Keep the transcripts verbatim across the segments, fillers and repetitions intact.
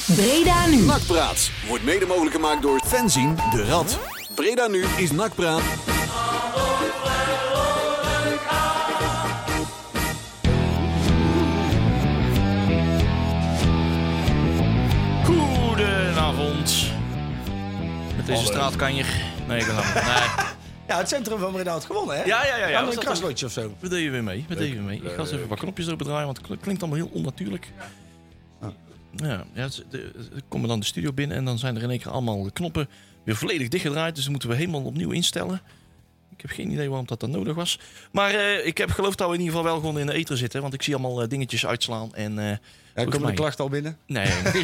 Breda Nu. Nakpraat wordt mede mogelijk gemaakt door Fenzien de Rad. Breda Nu is Nakpraat. Goedenavond. Met deze straatkanjer. Nee, ik ga nee. Ja, het centrum van Breda had gewonnen, hè? Ja, ja, ja. ja. Een kraslotje of zo. We deden weer mee. We deden weer mee. Ik ga eens even wat knopjes erop draaien, want het klinkt allemaal heel onnatuurlijk. Ja, ja het, de, we komen dan de studio binnen en dan zijn er in één keer allemaal knoppen weer volledig dichtgedraaid. Dus dat moeten we helemaal opnieuw instellen. Ik heb geen idee waarom dat dan nodig was. Maar uh, ik heb geloofd dat we in ieder geval wel gewoon in de ether zitten. Want ik zie allemaal uh, dingetjes uitslaan. En, uh, ja, komen de klachten al binnen? Nee.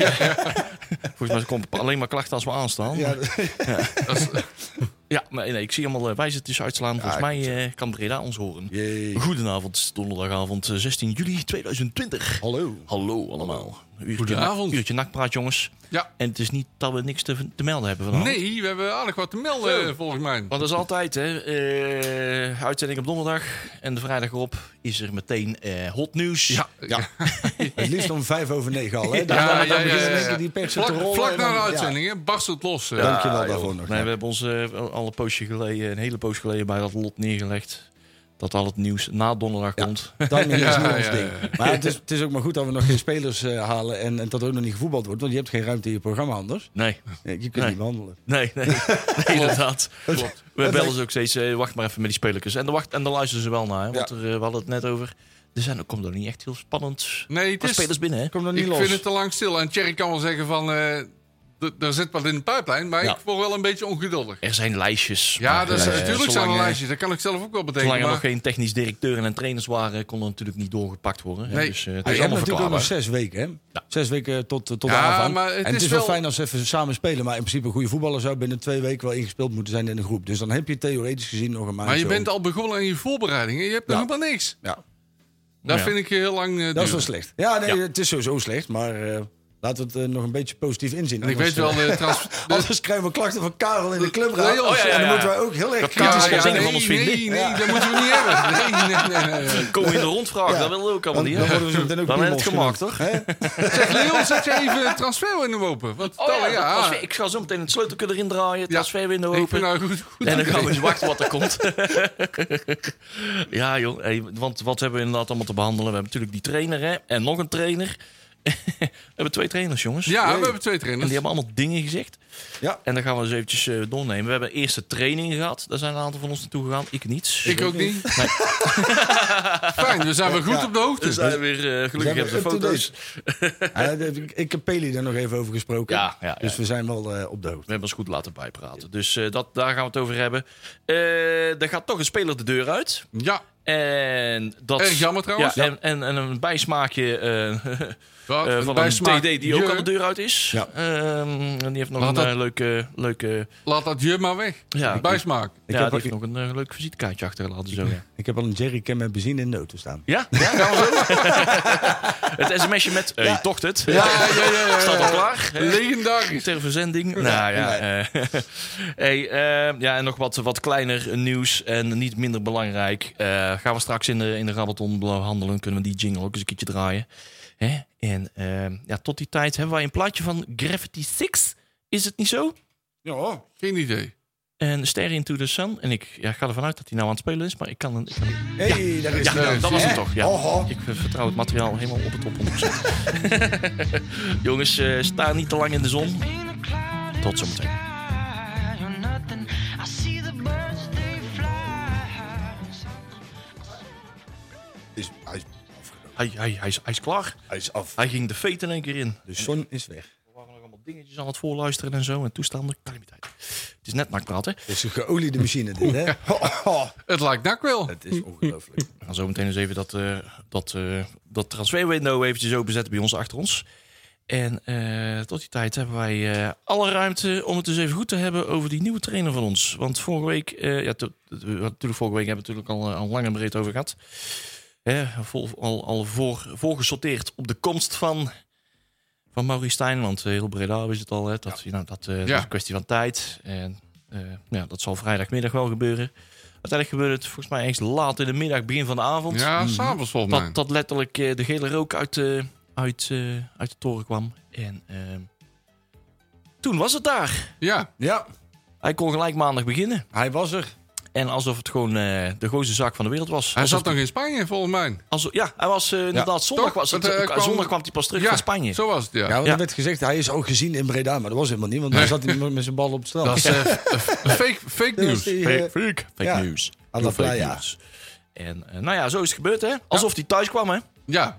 Volgens mij komt alleen maar klachten als we aanstaan. Ja, ja. Dat is, ja maar nee, ik zie allemaal uh, wijzertjes uitslaan. Volgens ja, mij uh, kan Breda ons horen. Jee. Goedenavond, donderdagavond zestien juli tweeduizend twintig. Hallo. Hallo allemaal. Uurtje Goedenavond. Nak, uurtje nakpraat, jongens. Ja. En het is niet dat we niks te, te melden hebben vanavond. Nee, we hebben aardig wat te melden, Zo. volgens mij. Want dat is altijd, hè. Uh, uitzending op donderdag. En de vrijdag erop is er meteen uh, hot nieuws. Ja. ja. Het liefst om vijf over negen al, hè. Dan, ja, dan, dan ja, ja, ja, ja. die persen vlak, te rollen. Vlak na de uitzending, hè. Barst het los. Ja, Dankjewel ja, daarvoor nog. Nee, we hebben ons uh, al een poosje geleden, een hele poos geleden bij dat lot neergelegd. Dat al het nieuws na donderdag ja, komt. Dan is ja, ons ja, ding. Ja, ja. Maar het is, het is ook maar goed dat we nog geen spelers uh, halen en, en dat er ook nog niet gevoetbald wordt. Want je hebt geen ruimte in je programma anders. Nee. Ja, je kunt nee. niet behandelen. Nee, nee. nee inderdaad. Klopt. We bellen ze ook steeds, uh, wacht maar even met die spelers. En daar wacht, en daar luisteren ze wel naar. Hè, want ja. er, uh, we hadden het net over. Er zijn, er komt er niet echt heel spannend. Nee, het is, spelers binnen. Hè? Komt er niet ik los. vind het te lang stil. En Thierry kan wel zeggen van... Uh, er zit wat in de pijplijn, maar ja. ik word wel een beetje ongeduldig. Er zijn lijstjes. Ja, dat is, uh, natuurlijk zijn er lijstjes. Dat kan ik zelf ook wel bedenken. Zolang er maar... nog geen technisch directeur en trainers waren, kon er natuurlijk niet doorgepakt worden. Nee. Dus, uh, het is je hebt natuurlijk ook nog zes weken, hè? Ja. Zes weken tot, tot ja, de aanvang. Maar het en het is, is wel fijn als ze even samen spelen. Maar in principe een goede voetballer zou binnen twee weken wel ingespeeld moeten zijn in een groep. Dus dan heb je theoretisch gezien nog een maand. Maar je zo. bent al begonnen aan je voorbereidingen. Je hebt ja. nog helemaal niks. Ja. Dat ja. vind ik heel lang uh, Dat is wel slecht. Ja, nee, ja. het is sowieso slecht, maar... Uh, Laten we het uh, nog een beetje positief inzien. En ik weet wel... Uh, trans- Anders krijgen we klachten van Karel in de clubraad. Nee, oh, ja, ja, ja. En dan moeten wij ook heel erg kritisch ja, ja, zijn nee, van ons nee, vinden. nee, nee, ja. dat moeten we niet hebben. Nee, nee, nee. nee, nee. Komen we in de rondvraag, ja. dat willen we ook allemaal niet. Dan, dan, we dan, dan heb je het gemaakt, toch? Zeg, Leon, zet je even het transferwindow open. Wat oh, ja, ja. Transfer, ik ga zo meteen het sleutelje erin draaien, transferwindow ja, open. Nou goed, goed en dan gaan we eens wachten wat er komt. Ja, joh. Hey, want wat hebben we inderdaad allemaal te behandelen? We hebben natuurlijk die trainer, hè. En nog een trainer. We hebben twee trainers, jongens. Ja, we hebben twee trainers. En die hebben allemaal dingen gezegd. Ja. En dan gaan we eens eventjes uh, doornemen. We hebben eerste training gehad. Daar zijn een aantal van ons naartoe gegaan. Ik niet. Ik ook niet. Nee. Fijn, we zijn weer goed ja. op de hoogte. We zijn weer, uh, gelukkig hebben we foto's. ja, ik heb Peli daar nog even over gesproken. Ja, ja, ja. Dus we zijn wel uh, op de hoogte. We hebben ons goed laten bijpraten. Dus uh, dat, daar gaan we het over hebben. Uh, er gaat toch een speler de deur uit. Ja. En dat, erg jammer trouwens. Ja, en, en, en een bijsmaakje... Uh, Wat, uh, een van bijsmaak, een T D die ook aan de deur uit is. Ja. Um, en die heeft nog laat een dat, uh, leuke, leuke... Laat dat je maar weg. Ja, een bijsmaak. Ik ja, heb die heeft nog een uh, leuk visitekaartje achtergelaten. Zo, ja. Ik heb al een jerrycan met benzine in de auto staan. Ja? Ja, gaan we zo. Het sms'je met... Uh, ja. Je tocht het. Ja, ja, ja, ja, ja. Staat al klaar. Legendarisch. Ter verzending. Ja, nou ja. ja. Uh, hey, uh, ja, en nog wat, wat kleiner nieuws. En niet minder belangrijk. Uh, gaan we straks in de, in de Rabaton behandelen. Kunnen we die jingle ook eens een keertje draaien. Hè? En uh, ja, tot die tijd hebben wij een plaatje van Gravity Six. Is het niet zo? Ja, geen idee. En Ster Into the Sun. En ik ja, ga ervan uit dat hij nou aan het spelen is. Maar ik kan... Ik kan hey, ja, daar is ja, ja, dat was het toch. Ja. Oh, oh. Ik vertrouw het materiaal helemaal op het top honderd procent. Jongens, uh, sta niet te lang in de zon. Tot zometeen. Is, hij, is hij, hij, hij, is, hij is klaar. hij is af. Hij ging de feet in één keer in. De zon is weg. We waren nog allemaal dingetjes aan het voorluisteren en zo. En toestanden. Calamiteit. Het is net nakpraat, hè? Het is een geoliede machine dit, hè? Oh, oh. Het lijkt nak wel. Het is ongelooflijk. We gaan zo meteen eens even dat, uh, dat, uh, dat transferwindow eventjes openzetten bij ons achter ons. En uh, tot die tijd hebben wij uh, alle ruimte om het dus even goed te hebben over die nieuwe trainer van ons. Want vorige week, uh, ja, to, to, natuurlijk vorige week hebben we het natuurlijk al, uh, al lang en breed over gehad. Hè, vol, al al voor, voorgesorteerd op de komst van, van Maurice Stijn. Want uh, heel Breda is het al, hè, dat, ja. nou, dat, uh, ja. dat is een kwestie van tijd. En uh, ja, dat zal vrijdagmiddag wel gebeuren. Uiteindelijk gebeurde het volgens mij eens laat in de middag, begin van de avond. Ja, mm-hmm. s'avonds volgens mij. Dat, dat letterlijk uh, de gele rook uit, uh, uit, uh, uit de toren kwam. En uh, toen was het daar. Ja. Ja. Hij kon gelijk maandag beginnen. Hij was er. En alsof het gewoon uh, de grootste zaak van de wereld was. Hij alsof zat nog in Spanje, volgens mij. Alsof, ja, hij was uh, inderdaad ja. zondag. Was het, uh, kwam, zondag kwam hij pas terug ja, van Spanje. Zo was het, ja. Ja, want ja. er werd gezegd, hij is ook gezien in Breda. Maar dat was helemaal niet, want nee. hij zat hij met zijn bal op het strand. Dat is uh, fake, fake nieuws. Die, uh, fake fake, fake ja. news. Aan de playa. En uh, nou ja, zo is het gebeurd, hè. Alsof hij thuis kwam, hè. Ja.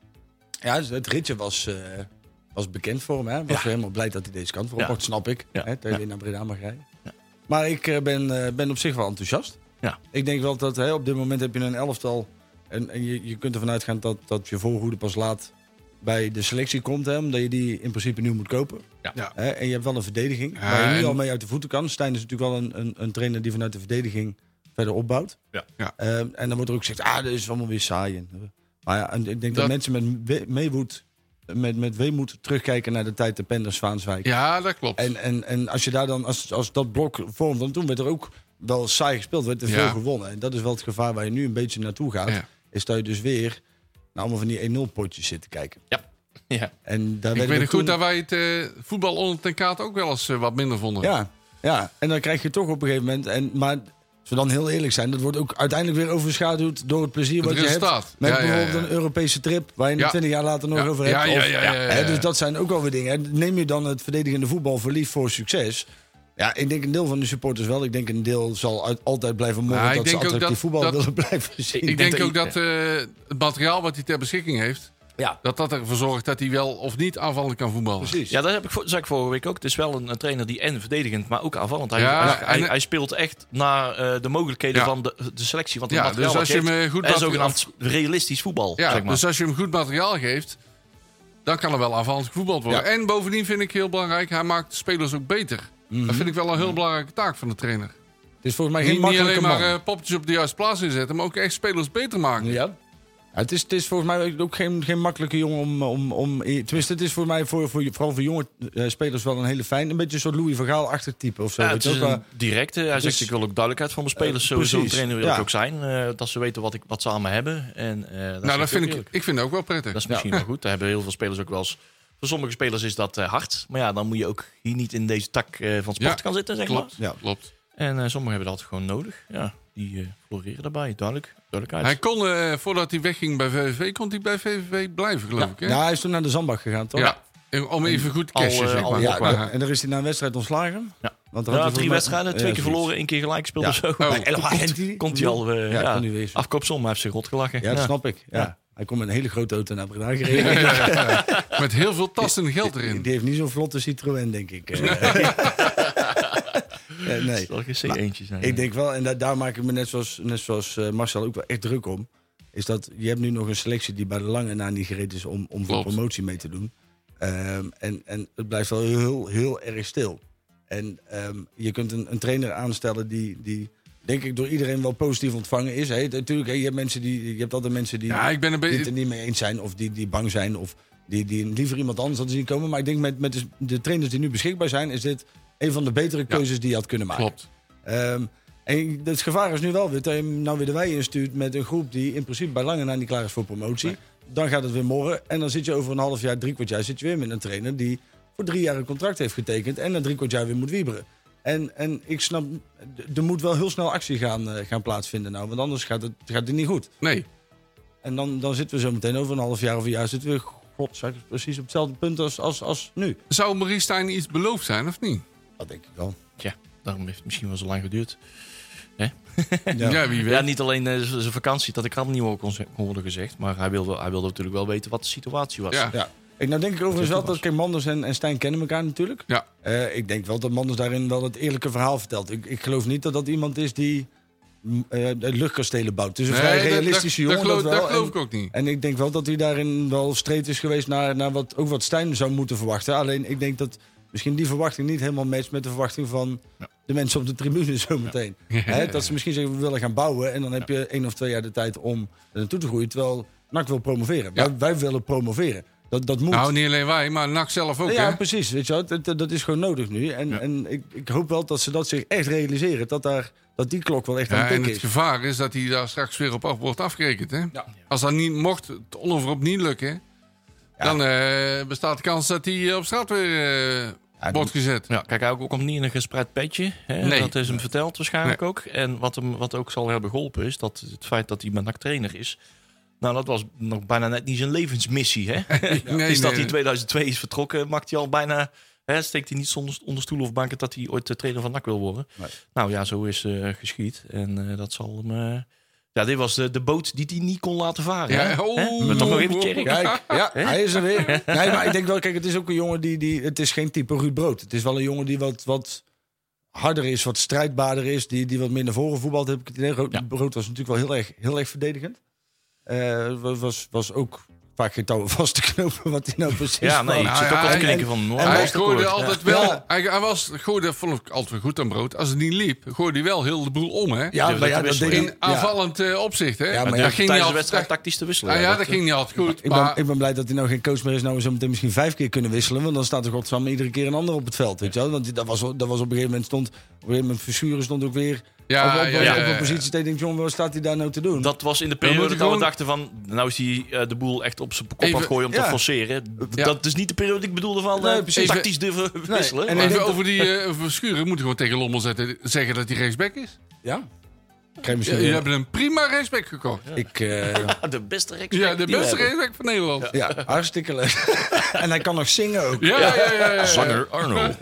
Ja, het ritje was, uh, was bekend voor hem. Hè. Was ja. helemaal blij dat hij deze kant voor ja. mocht, snap ik. Ja. Hè, dat je ja. naar Breda mag rijden. Ja. Maar ik uh, ben, uh, ben op zich wel enthousiast. Ja. Ik denk wel dat hè, op dit moment heb je een elftal. En, en je, je kunt ervan uitgaan dat, dat je voorhoede pas laat bij de selectie komt. Hè, omdat je die in principe nieuw moet kopen. Ja. Ja. Hè, en je hebt wel een verdediging Ja, waar je nu en... al mee uit de voeten kan. Stijn is natuurlijk wel een, een, een trainer die vanuit de verdediging verder opbouwt. Ja. Ja. Um, en dan wordt er ook gezegd, ah, dat is allemaal weer saai. Maar ja, en ik denk dat, dat mensen met we- meewoed, met, met weemoed terugkijken naar de tijd de Penders Zwaanswijk. Ja, dat klopt. En, en, en als je daar dan, als, als dat blok vormt, dan toen werd er ook wel saai gespeeld, werd er ja. veel gewonnen. En dat is wel het gevaar waar je nu een beetje naartoe gaat. Ja. Is dat je dus weer naar allemaal van die een nul potjes zit te kijken. Ja. Ja. En daar ik weet nog het toen... goed dat wij het uh, voetbal onder ten kaart ook wel eens uh, wat minder vonden. Ja, ja, en dan krijg je toch op een gegeven moment... En, maar als we dan heel eerlijk zijn, dat wordt ook uiteindelijk weer overschaduwd door het plezier wat het je resultaat. hebt. Met ja, bijvoorbeeld ja, ja. een Europese trip, waar je het ja. twintig jaar later nog ja. over hebt. Ja, ja, Of, ja, ja, ja, ja. Hè, dus dat zijn ook wel weer dingen. Neem je dan het verdedigende voetbal voor lief voor succes... Ja, ik denk een deel van de supporters wel. Ik denk een deel zal uit, altijd blijven morren Nou, dat ze attractief dat, voetbal dat, willen blijven zien. Ik denk ook dat uh, het materiaal wat hij ter beschikking heeft... Ja. dat dat ervoor zorgt dat hij wel of niet aanvallend kan voetballen. Precies. Ja, dat heb ik, zei ik vorige week ook. Het is wel een, een trainer die en verdedigend, maar ook aanvallend. Hij, Ja, hij, hij, en, hij speelt echt naar uh, de mogelijkheden ja. van de, de selectie. Want het ja, materiaal dus als je hem goed en zogenaamd realistisch voetbal. Ja, zeg maar. dus als je hem goed materiaal geeft... dan kan er wel aanvallend gevoetbald worden. Ja. En bovendien vind ik heel belangrijk... hij maakt de spelers ook beter. Mm-hmm. Dat vind ik wel een heel belangrijke taak van de trainer. Het is volgens mij geen Niet, niet makkelijke alleen maar man. uh, poppetjes op de juiste plaats inzetten... maar ook echt spelers beter maken. Ja. Ja, het, is, het is volgens mij ook geen, geen makkelijke jongen om, om, om... Tenminste, het is voor mij voor, voor, vooral voor jonge uh, spelers wel een hele fijn... Een beetje een soort Louis van Gaal-achtig type of zo. Ja, weet het je is ook, een directe. Hij zegt, dus- ik wil ook duidelijkheid van mijn spelers. Uh, Sowieso een precies. trainer wil ja. ik ook zijn. Uh, dat ze weten wat, ik, wat ze aan me hebben. En, uh, dat nou, dat vind ik, eerlijk. ik vind het ook wel prettig. Dat is misschien ja. wel goed. Daar hebben heel veel spelers ook wel eens... Voor sommige spelers is dat uh, hard. Maar ja, dan moet je ook hier niet in deze tak uh, van sport ja, gaan zitten, zeg klopt, maar. Ja. klopt. En uh, sommigen hebben dat gewoon nodig. Ja, die uh, floreren daarbij. Duidelijk. Duidelijkheid. Hij kon, uh, voordat hij wegging bij V V V, kon hij bij V V V blijven, geloof ja. ik. Hè? Ja, hij is toen naar de Zandbak gegaan, toch? Ja, om even goed te cashen, al, uh, zeg al maar. Ja, Ja, ja, en daar is hij na een wedstrijd ontslagen. Ja. Want Ja, had drie hij mij... wedstrijden, twee ja, keer zoiets. verloren, één keer gelijk gespeeld Ja. of zo. Oh. Nee, en Komt, komt, komt hij al uh, Ja, ja, kon hij weer. afkoopsom, maar hij heeft zich rot gelachen. Ja, dat Ja. snap ik. Ja. Ja. Hij komt met een hele grote auto naar Breda gereden. Ja, ja, ja, ja. Met heel veel tassen geld Die, erin. die heeft niet zo'n vlotte Citroën, denk ik. Ja, nee. Het zal geen C eentje zijn. Ik denk wel, en da- daar maak ik me net zoals, net zoals uh, Marcel ook wel echt druk om... is dat je hebt nu nog een selectie die bij de lange na niet gereed is... om, om voor promotie mee te doen. Um, en, en het blijft wel heel, heel erg stil. En um, je kunt een, een trainer aanstellen die... die denk ik door iedereen wel positief ontvangen is. Hey, natuurlijk, hey, je hebt mensen die, je hebt altijd mensen die, Ja, ik ben een die beetje... het er niet mee eens zijn... of die, die bang zijn of die, die liever iemand anders hadden zien komen. Maar ik denk met, met de, de trainers die nu beschikbaar zijn... is dit een van de betere keuzes ja. die je had kunnen maken. Klopt. Um, en het gevaar is nu wel weer dat je nou weer de wei instuurt met een groep die in principe bij lange na niet klaar is voor promotie. Nee. Dan gaat het weer morren en dan zit je over een half jaar, drie kwart jaar zit je weer met een trainer die voor drie jaar een contract heeft getekend en na drie kwart jaar weer moet wieberen. En, en ik snap, er moet wel heel snel actie gaan, uh, gaan plaatsvinden nou, want anders gaat het, gaat het niet goed. Nee. En dan, dan zitten we zo meteen over een half jaar of een jaar zitten we god, precies op hetzelfde punt als, als, als nu. Zou Maurice Stijn iets beloofd zijn of niet? Dat denk ik wel. Ja, daarom heeft het misschien wel zo lang geduurd. Hè? Ja. ja, wie weet. Ja, niet alleen uh, zijn vakantie, dat ik had niet kon, kon worden gezegd. Maar hij wilde, hij wilde natuurlijk wel weten wat de situatie was. Ja. Ja. Ik, nou denk ik overigens wel dat Kim Manders en, en Stijn kennen elkaar natuurlijk. Ja. Uh, ik denk wel dat Manders daarin wel het eerlijke verhaal vertelt. Ik, ik geloof niet dat dat iemand is die uh, luchtkastelen bouwt. Het is een nee, vrij realistische dat, jongen. Dat, dat, dat, wel. dat geloof en, ik ook niet. En ik denk wel dat hij daarin wel streed is geweest naar, naar wat, ook wat Stijn zou moeten verwachten. Alleen ik denk dat misschien die verwachting niet helemaal matcht met de verwachting van ja. de mensen op de tribune zometeen. Ja. He, dat ze misschien zeggen we willen gaan bouwen en dan heb je één of twee jaar de tijd om er naartoe te groeien. Terwijl N A C wil promoveren. Ja. Wij, wij willen promoveren. Dat, dat moet. Nou, niet alleen wij, maar N A C zelf ook. Ja, hè? precies. Weet je, dat, dat is gewoon nodig nu. En, ja. en ik, ik hoop wel dat ze dat zich echt realiseren. Dat, daar, dat die klok wel echt ja, aan het tikken is. is. En het gevaar is dat hij daar straks weer op af wordt afgerekend. Hè? Ja. Als dat niet mocht, het onoverop niet lukken, ja. dan uh, bestaat de kans dat hij op straat weer uh, ja, wordt gezet. Ja, kijk, hij komt niet in een gespreid petje. Hè? Nee. Dat is hem verteld waarschijnlijk Nee. ook. En wat hem wat ook zal hebben geholpen is dat het feit dat hij met N A C trainer is. Nou, dat was nog bijna net niet zijn levensmissie. Hè? Nee, dus nee, dat hij in nee. tweeduizend twee is vertrokken, maakt hij al bijna... Hè, steekt hij niet zonder, onder stoel of banken dat hij ooit de trainer van N A C wil worden. Nee. Nou ja, zo is uh, geschied. En uh, dat zal hem... Uh, ja, dit was de, de boot die hij niet kon laten varen. Ja, hè? oh, Hè? Maar toch nog even checken. Kijk, ja, hij is er weer. Nee, maar ik denk wel, kijk, het is ook een jongen die... die het is geen type Ruud Brood. Het is wel een jongen die wat... wat harder is, wat strijdbaarder is, die, die wat meer naar voren voetbalt, heb ik het idee. Brood, Ja. Brood was natuurlijk wel heel erg, heel erg verdedigend. Uh, was, was ook vaak geen touwen vast te knopen wat hij nou precies Ja, nee, van. ik Nou, zit ja, ook al te en- knikken van... en oh, Hij dat is gooide akkoord. altijd Ja. wel. Ja. Hij, hij was, gooide, vond ik altijd wel goed aan Brood. Als het niet liep, gooide hij wel heel de boel om. Hè? Ja, Dus maar ja, dat dat is deed In hij- aanvallend uh, opzicht. Hè? Ja, Maar maar ja, ja, dat ging tijdens niet de altijd. wedstrijd tactisch te wisselen. Ah, ja, dat, dat ging niet altijd goed. Ik ben, Maar ik ben blij dat hij nou geen coach meer is. Nou, we zo meteen misschien vijf keer kunnen wisselen. Want dan staat er godsamme iedere keer een ander op het veld. Weet je wel? Want dat was, dat was op een gegeven moment stond... Op een gegeven moment Verschuren stond ook weer... Ja, op, op, ja, op, ja, op ja, een ja. positie. Dat je denkt, jongen, wat staat hij daar nou te doen? dat was in de Dan periode moet dat je we gewoon- dachten van... Nou is hij uh, de boel echt op zijn kop Even- aan het gooien om ja. te forceren. Ja. Dat is niet de periode die ik bedoelde van Nee, uh, precies. tactisch durven wisselen. En Maar- ik Even denk over die uh, Verschuren. Moeten gewoon tegen Lommel zetten, zeggen dat hij rechtsback is. Ja? Ik krijg Ja, misschien... jullie hebben een prima rechtsback gekocht. Ik... uh, de beste rechtsback Ja, de die we beste hebben. rechtsback van Nederland. Ja, ja, hartstikke leuk. En hij kan nog zingen ook. ja, ja. ja, ja. Zanger Arno.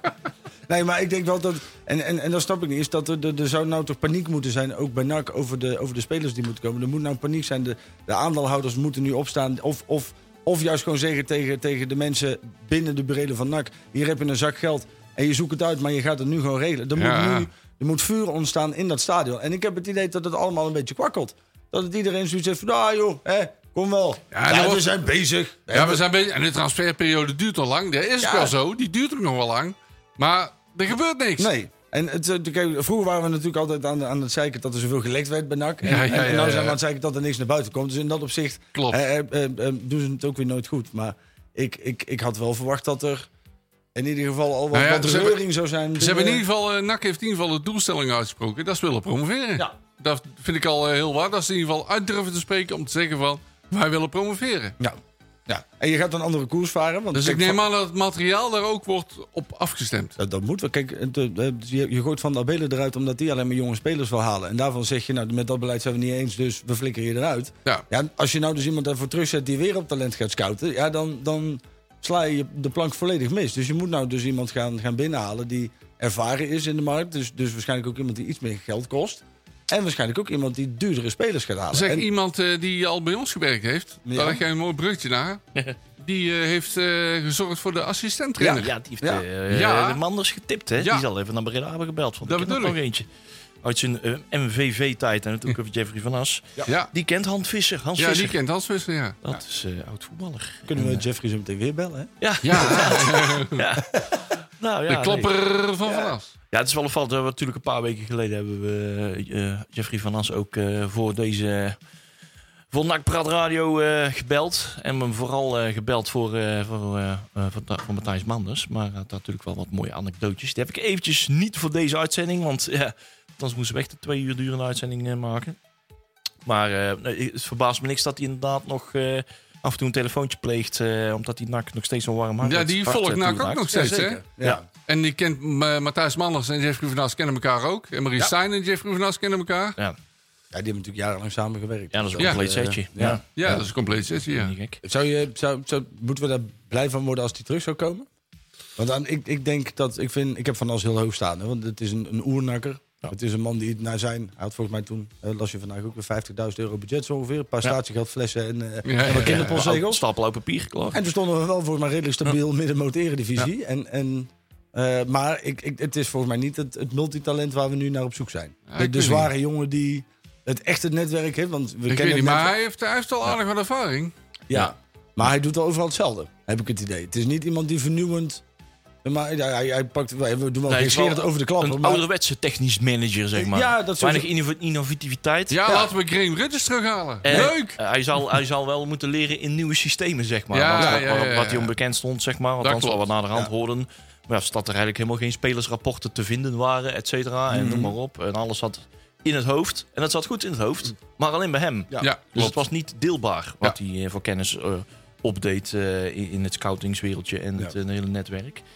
Nee, maar ik denk wel dat... En, en, en dat snap ik niet. Is dat er, er, er zou nou toch paniek moeten zijn, ook bij N A C, over de, over de spelers die moeten komen. Er moet nou paniek zijn. De, de aandeelhouders moeten nu opstaan. Of, of, of juist gewoon zeggen tegen, tegen de mensen binnen de burelen van N A C... Hier heb je een zak geld en je zoekt het uit, maar je gaat het nu gewoon regelen. Er moet, Ja. nu, er moet vuur ontstaan in dat stadion. En ik heb het idee dat het allemaal een beetje kwakkelt. Dat het iedereen zoiets heeft van, ah joh, hè, kom wel. Ja, Ja, er we wordt- zijn bezig. Ja, we zijn bezig. En de transferperiode duurt al lang. Dat is Ja. wel zo. Die duurt ook nog wel lang. Maar er gebeurt niks. Nee. En het, eh, kijk, vroeger waren we natuurlijk altijd aan, aan het zeiken dat er zoveel gelekt werd bij N A C. En, Ja, ja, en, en ja, nou ja. zijn we aan het zeiken dat er niks naar buiten komt. Dus in dat opzicht Klopt. eh, eh, eh, eh, doen ze het ook weer nooit goed. Maar ik, ik, ik had wel verwacht dat er in ieder geval al wat, Nou ja, wat ze hebben- reuring zou zijn. Ze hebben in binnen- ieder geval, uh, N A C heeft in ieder geval de doelstelling uitgesproken. Dat ze willen promoveren. Ja. Dat vind ik al uh, heel waar. Dat ze in ieder geval uit durven te spreken om te zeggen van, wij willen promoveren. Ja. Ja. En je gaat een andere koers varen. Want Dus kijk, ik neem van- aan dat het materiaal daar ook wordt op afgestemd. Dat, dat moet wel. Kijk, het, eh, je, je gooit Van der Abelen eruit omdat die alleen maar jonge spelers wil halen. En daarvan zeg je, nou, met dat beleid zijn we niet eens, dus we flikkeren je eruit. Ja. Ja, als je nou dus iemand daarvoor terugzet die weer op talent gaat scouten, ja, dan, dan sla je de plank volledig mis. Dus je moet nou dus iemand gaan, gaan binnenhalen die ervaren is in de markt. Dus, dus waarschijnlijk ook iemand die iets meer geld kost. En waarschijnlijk ook iemand die duurdere spelers gaat halen. Zeg En- iemand uh, die al bij ons gewerkt heeft, Ja. daar leg jij een mooi bruggetje naar. Die uh, heeft uh, gezorgd voor de assistent-trainer. Ja, die heeft Ja. uh, Ja. de Manders getipt. Hè? Ja. Die zal even naar Breda hebben gebeld. Want Dat ik ken er bedoel nog eentje. Uit zijn uh, M V V-tijd. En natuurlijk over Jeffrey van As. Ja, ja. Die kent Hans Visser. Hans die Visser. kent Hans Visser, ja. Dat is uh, oud-voetballer. Kunnen we Jeffrey zo meteen weer bellen, hè? Ja. Ja, ja. Nou, ja, de nee. klopper van Van As. Ja, het is wel opvallend. We hebben natuurlijk een paar weken geleden hebben we uh, Jeffrey van As ook uh, voor deze voor N A C Praat Radio uh, gebeld. En hem vooral uh, gebeld voor, uh, voor, uh, uh, voor, voor Matthijs Manders. Maar hij had natuurlijk wel wat mooie anekdootjes. Die heb ik eventjes niet voor deze uitzending. Want ja, anders moesten we echt een twee uur durende uitzending uh, maken. Maar uh, het verbaast me niks dat hij inderdaad nog uh, af en toe een telefoontje pleegt. Uh, omdat die N A C nog steeds zo'n warm hart Ja, die hart, volgt uh, N A C ook toemaakt. nog steeds, hè? Ja. Ja. En die kent uh, Matthijs Manders en Jeffrey van As kennen elkaar ook. En Marie Ja. Stijn en Jeffrey van As kennen elkaar. Ja. Ja, die hebben natuurlijk jarenlang samengewerkt. Ja, dat is een Ja. compleet Eh, setje. ja. Ja. Ja, dat is een compleet sessie, ja. Niet gek. Zou je, zou, zou, moeten we daar blij van worden als die terug zou komen? Want dan, ik, ik denk dat, ik vind, ik heb Van As heel hoog staan. Hè, want het is een, een oernakker. Ja. Het is een man die naar zijn, hij had volgens mij toen, uh, las je vandaag ook weer vijftigduizend euro budget zo ongeveer. Een paar Ja. statiegeldflessen en, uh, Ja, en wat ja, kinderpostzegels. Stapel oud papier geklaard. En toen stonden we wel volgens mij redelijk stabiel middenmoot eredivisie. En, en, uh, maar ik, ik, het is volgens mij niet het, het multitalent waar we nu naar op zoek zijn. Ja, de ik de weet zware jongen die het echte netwerk heeft. Want we Ik kennen weet niet, het maar net- hij heeft, hij heeft al aardig wat ervaring. Ja. Maar hij doet wel overal hetzelfde, heb ik het idee. Het is niet iemand die vernieuwend... Maar ja, hij, hij pakt... We doen wel Nee, geen het is wel scherend over de klapper. Een Maar, ouderwetse technisch manager, zeg maar. Ja, dat Weinig sowieso. innov- innovativiteit. Ja, Ja. laten we Graham Ridges terughalen. En, Leuk! eh, hij, zal, hij zal wel moeten leren in nieuwe systemen, zeg maar. Ja, Want ja, wat, ja, ja, ja. wat hij onbekend stond, zeg maar. Althans, klopt. wat we naar de hand Ja. hoorden. Maar ja, dat er eigenlijk helemaal geen spelersrapporten te vinden waren, et cetera. En Mhm. noem maar op. En alles zat in het hoofd. En dat zat goed in het hoofd. Maar alleen bij hem. Ja. Ja, Dus klopt. het was niet deelbaar wat hij eh, voor kennis uh, opdeed uh, in, in het scoutingswereldje en het Ja. uh, hele netwerk.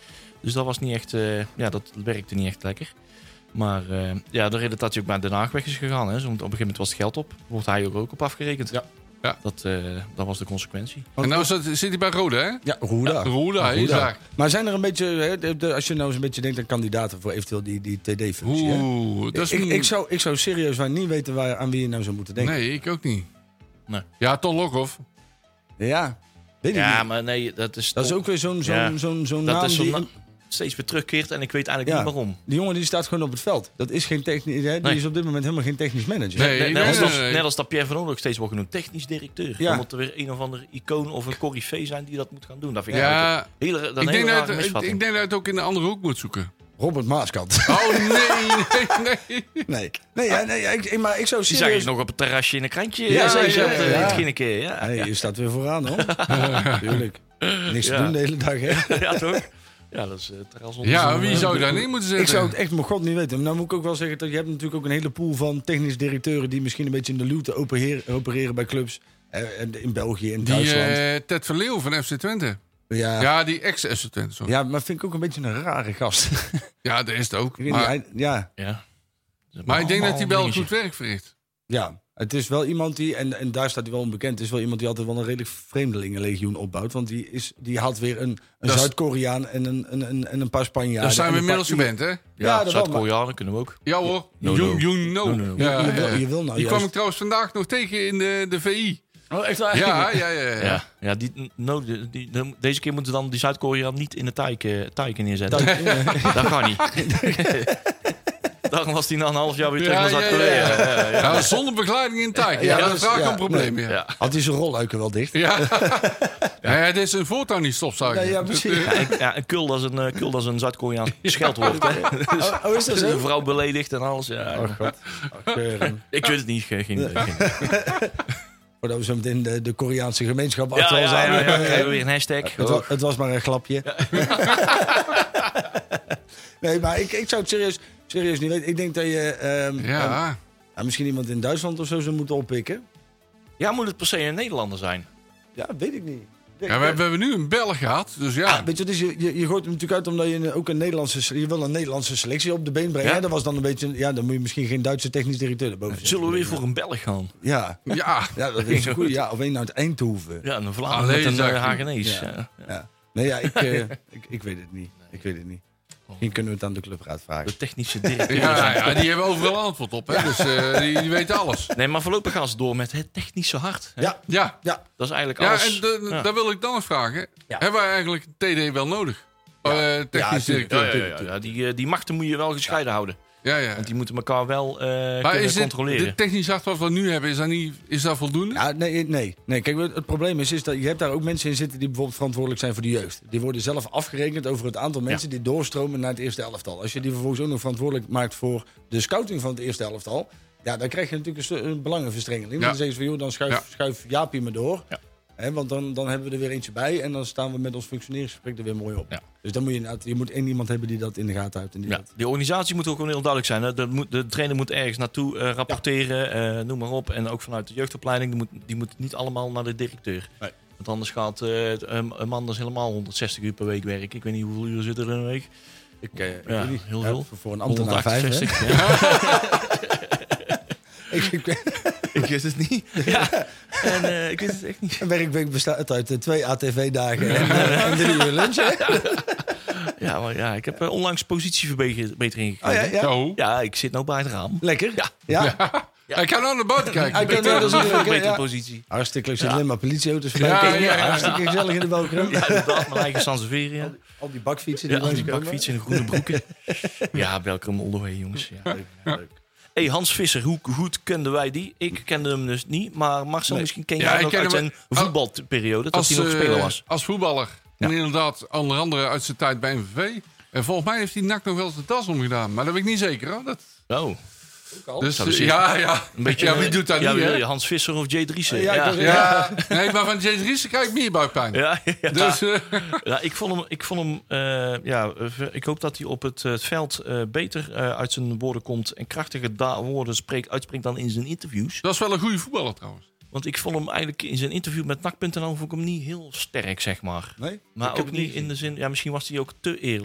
Dus dat was niet echt... Uh, ja, dat werkte niet echt lekker. Maar uh, ja, de reden dat hij ook naar Den Haag weg is gegaan. Hè. Zo, op een gegeven moment was het geld op. Wordt hij er ook op afgerekend. Ja. Ja. Dat, uh, dat was de consequentie. En nou zit, zit hij bij Roda, hè? Ja, Roda. Ja, Roda, ja, Roda. Maar zijn er een beetje, hè, de, de, als je nou eens een beetje denkt aan kandidaten voor eventueel die, die T D-functie. Oeh, dat is ik, een... ik, zou, ik zou serieus waar niet weten waar, aan wie je nou zou moeten denken. Nee, ik ook niet. Nee. Ja, Ton Lokhoff. Ja, weet ik ja, niet. maar nee, dat is... Dat is ook weer zo'n zo'n ja. zo'n zo'n dat naam is die... na- steeds weer terugkeert en ik weet eigenlijk Ja. niet waarom. Die jongen die staat gewoon op het veld. Dat is geen technisch, hè, die Nee. is op dit moment helemaal geen technisch manager. Nee. Net, net, als, nee, dat, nee. net als dat Pierre van Oorlog steeds wordt genoemd. Technisch directeur. Ja. Dan moet er weer een of ander icoon of een coryfee zijn die dat moet gaan doen. Dat vind ik Ja, eigenlijk een hele, dat ik een denk, hele dat, rare het- ik, misvatting. ik denk dat je het ook in de andere hoek moet zoeken. Robert Maaskant. Oh, nee, nee, nee. Nee, nee, ja, nee ja, ik, maar ik zou Die zag je serieus... nog op het terrasje in een krantje. Ja, Ja, zeker. ja, Ja, ja, ja. Het ging een keer. Ja, Nee, ja. je staat weer vooraan, hoor. Tuurlijk. Niks te Ja. doen de hele dag, hè. Ja, toch? Ja, dat is uh, terras onder Ja, zo'n, wie uh, zou daar niet moeten zitten? Ik zou het echt mijn god niet weten. Maar nou moet ik ook wel zeggen dat je hebt natuurlijk ook een hele pool van technisch directeuren die misschien een beetje in de luwte opereren, opereren bij clubs. Eh, en in België, in Die Duitsland. uh, Ted Verleeuw van F C Twente. ja. Ja. Ja, die ex-F C Twente, sorry. Ja. maar vind ik ook een beetje een rare gast. dat is het ook. Ik weet Maar, niet, hij- ja, Ja. maar ik denk dat hij wel Allemaal goed werk verricht. ja, het is wel iemand die, en, en daar staat hij wel onbekend, het is wel iemand die altijd wel een redelijk vreemdelingenlegioen opbouwt. Want die, is, die had weer een, een Dat is- Zuid-Koreaan en een, een, een, en een paar Spanjaarden. Daar zijn we en een inmiddels paar- gewend, hè? Ja, Ja, dat wel, Zuid-Koreanen kunnen we ook. Ja hoor. No, you, no. you know. No, no, no. Ja, Je wil, ja. je wil nou Die kwam juist- ik trouwens vandaag nog tegen in de, de V I. Oh, echt waar? Ja, ja, ja. ja. Ja, ja die, no, die, die- de- deze keer moeten ze dan die Zuid-Koreaan niet in de tijken tijken neerzetten. Dat kan niet. Daarom was hij na een half jaar weer terug Ja, naar ja, Zuid-Korea. ja, Ja, ja, ja. Ja, zonder begeleiding in Tijk. Ja, Ja, dat dat is is- vaak ja, een probleem. nee. Ja. Ja. Had hij zijn rolluiken wel dicht? Ja. Ja, het is een voortouw niet stopzuigen. Nee, ja, precies. Dus, eh, Ja, ik- ja, een kul, dat is een, eh, kul, dat is een Zuid-Koreaans scheldwoord. Hè. Dus, Oh, oh, is dat een zo? vrouw beledigd en alles. Ja. Oh, god. Ach, keuren. Ik weet het niet. Geen, geen, geen. Voordat we zo meteen de, de Koreaanse gemeenschap Ja, achter ja, ons ja, aan. ja, ja, krijgen we weer een hashtag. Het, wa- het was maar een glapje. Nee, maar ik, ik zou het serieus, serieus niet weten. Ik denk dat je ehm, ehm, ja. ja, misschien iemand in Duitsland of zo zou moeten oppikken. Ja, moet het per se een Nederlander zijn? Ja, weet ik niet. Ik denk- ja, we hebben, we hebben nu een Belg gehad. Dus ja. Ja, weet je, dus je, je, je gooit hem natuurlijk uit omdat je een- ook een Nederlandse, je wil een Nederlandse selectie op de been brengen. Ja. Ja. Dat was dan een beetje, ja, dan moet je misschien geen Duitse technisch directeur erboven zetten. Zullen we weer voor een Belg gaan? Ja, Ja. ja, dat is een goede. Ja, of een uit Eindhoven. Ja, een Vlaanderen Allee, met een zeg. uh, Hagenees. Ja. Ja. Ja. Nee, ja, ik, eh, ik, ik weet het niet. Ik weet het niet. Misschien kunnen we het aan de clubraad vragen. De technische directeur. Ja, ja, die hebben overal antwoord op. Hè? Dus uh, die, die weten alles. Nee, maar voorlopig gaan ze door met het technische hart. Hè? Ja, Ja. ja. Dat is eigenlijk Ja, alles. en de, Ja. daar wil ik dan eens vragen. Ja. Hebben wij eigenlijk een T D wel nodig? Ja. Uh, technisch Ja, tuurlijk. directeur. Ja, ja, ja, ja. Die, eh, die machten moet je wel gescheiden houden. Ja, ja. Want die moeten elkaar wel eh Maar kunnen is dit, controleren. dit technisch hart wat we nu hebben, is dat, niet, is dat voldoende? Ja, nee, nee, nee. Kijk, het probleem is, is dat je hebt daar ook mensen in zitten die bijvoorbeeld verantwoordelijk zijn voor de jeugd. Die worden zelf afgerekend over het aantal mensen die doorstromen naar het eerste elftal. Als je die vervolgens ook nog verantwoordelijk maakt voor de scouting van het eerste elftal, ja, dan krijg je natuurlijk een, stu- een belangenverstrengeling. Ja. Dan zeggen ze van, joh, dan schuif, Ja. schuif Jaapie me door. Ja. Hè, want dan, dan hebben we er weer eentje bij en dan staan we met ons functioneringsgesprek er weer mooi op. Ja. Dus dan moet je, inderdaad- je moet één iemand hebben die dat in de gaten houdt. En die Ja, dat, die organisatie moet ook gewoon heel duidelijk zijn. Hè. De, moet, de trainer moet ergens naartoe eh, rapporteren, eh, noem maar op. En ook vanuit de jeugdopleiding, die moet, die moet niet allemaal naar de directeur. Nee. Want anders gaat eh, een, een man dus helemaal honderdzestig uur per week werken. Ik weet niet hoeveel uren zitten er in een week. ik, eh, ik Ja, weet niet. heel Ja, veel. voor- Voor een ambtenaar vijf, hè? honderdachtzestig. Ja. ik, ik, Ik weet het niet. Ja. En uh, ik weet het echt niet. Een werkweek bestaat uit uh, twee A T V-dagen en, uh, en drie uur lunch. Hè? Ja, maar ja, ik heb uh, onlangs positieverbetering Oh, ja, gekregen. ja. Zo. Ja, ik zit nou bij het raam. Lekker. Ja. Ja. Ja. Hij kan nou naar buiten kijken. Hij kan Beter. wel eens- Dat is een ja. betere positie. Hartstikke leuk. Er Ja. zitten alleen maar politieauto's voorbij. Ja, komen. ja, ja. Hartstikke gezellig in de balkon. Ja, inderdaad, mijn eigen Sanseveria. Al die bakfietsen die Ja, al die langskomen. bakfietsen en de groene broeken. Ja, welkom all the way, jongens. Ja. Leuk. Hey, Hans Visser, hoe goed kenden wij die? Ik kende hem dus niet, maar Marcel, Nee. misschien ken Ja, jij ik nog ken uit hem- zijn voetbalperiode, dat Als, hij nog eh, speler was. als voetballer. Ja. En inderdaad, onder andere uit zijn tijd bij M V V. En volgens mij heeft hij N A C nog wel eens de tas omgedaan. Maar dat weet ik niet zeker hoor. Dat, Oh, dus, zou ik eh, ja, ja. een beetje. ja, wie doet dat ja, niet, wie wil hè? je, Hans Visser of Jay Driessen? Ja, Ja, ik ja. was- Ja, nee, maar van Jay Driessen krijg ik meer buikpijn. Ja, ja. Dus, eh, Ja, ik vond hem, ik vond hem eh, ja, eh, ik hoop dat hij op het, eh, het veld eh, beter eh, uit zijn woorden komt en krachtiger da- woorden spreekt, uitspreekt dan in zijn interviews. dat is wel een goede voetballer trouwens. Want ik vond hem eigenlijk in zijn interview met N A C punt n l vond ik hem niet heel sterk, zeg maar. Nee? Maar Ik heb ook het niet in de zin, ja, misschien was hij ook te eerlijk.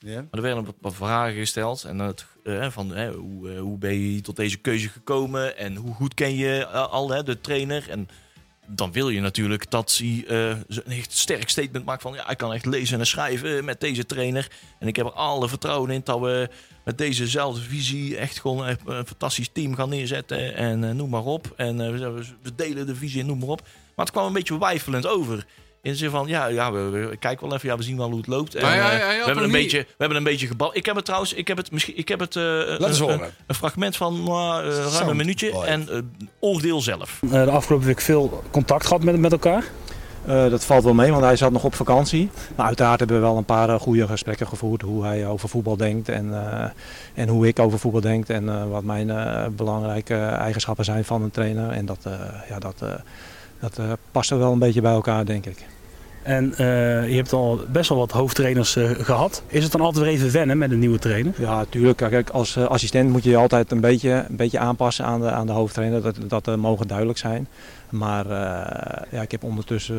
Ja. Maar er werden wat, wat vragen gesteld. En het, uh, van uh, hoe, uh, hoe ben je tot deze keuze gekomen? En hoe goed ken je uh, al uh, de trainer? En dan wil je natuurlijk dat hij uh, een echt sterk statement maakt van... ja, ik kan echt lezen en schrijven met deze trainer. En ik heb er alle vertrouwen in dat we met dezezelfde visie... echt gewoon een, een fantastisch team gaan neerzetten. En uh, noem maar op. En uh, we, we delen de visie en noem maar op. Maar het kwam een beetje weifelend over... In de zin van, ja, ja we, we kijken wel even, ja, we zien wel hoe het loopt. En, ja, ja, ja, uh, we, hebben een beetje, we hebben een beetje gebal. Ik heb het trouwens, ik heb het misschien, ik heb het uh, een, een, een fragment van uh, ruim een minuutje boy. en uh, oordeel zelf. Uh, de afgelopen week veel contact gehad met, met elkaar. Uh, dat valt wel mee, want hij zat nog op vakantie. Maar uiteraard hebben we wel een paar uh, goede gesprekken gevoerd. Hoe hij over voetbal denkt en, uh, en hoe ik over voetbal denk. En uh, wat mijn uh, belangrijke eigenschappen zijn van een trainer. En dat, uh, ja, dat, uh, dat uh, past er wel een beetje bij elkaar, denk ik. En uh, je hebt al best wel wat hoofdtrainers uh, gehad. Is het dan altijd weer even wennen met een nieuwe trainer? Ja, natuurlijk. Kijk, als uh, assistent moet je je altijd een beetje, een beetje aanpassen aan de, aan de hoofdtrainer. Dat, dat uh, mogen duidelijk zijn. Maar uh, ja, ik heb ondertussen...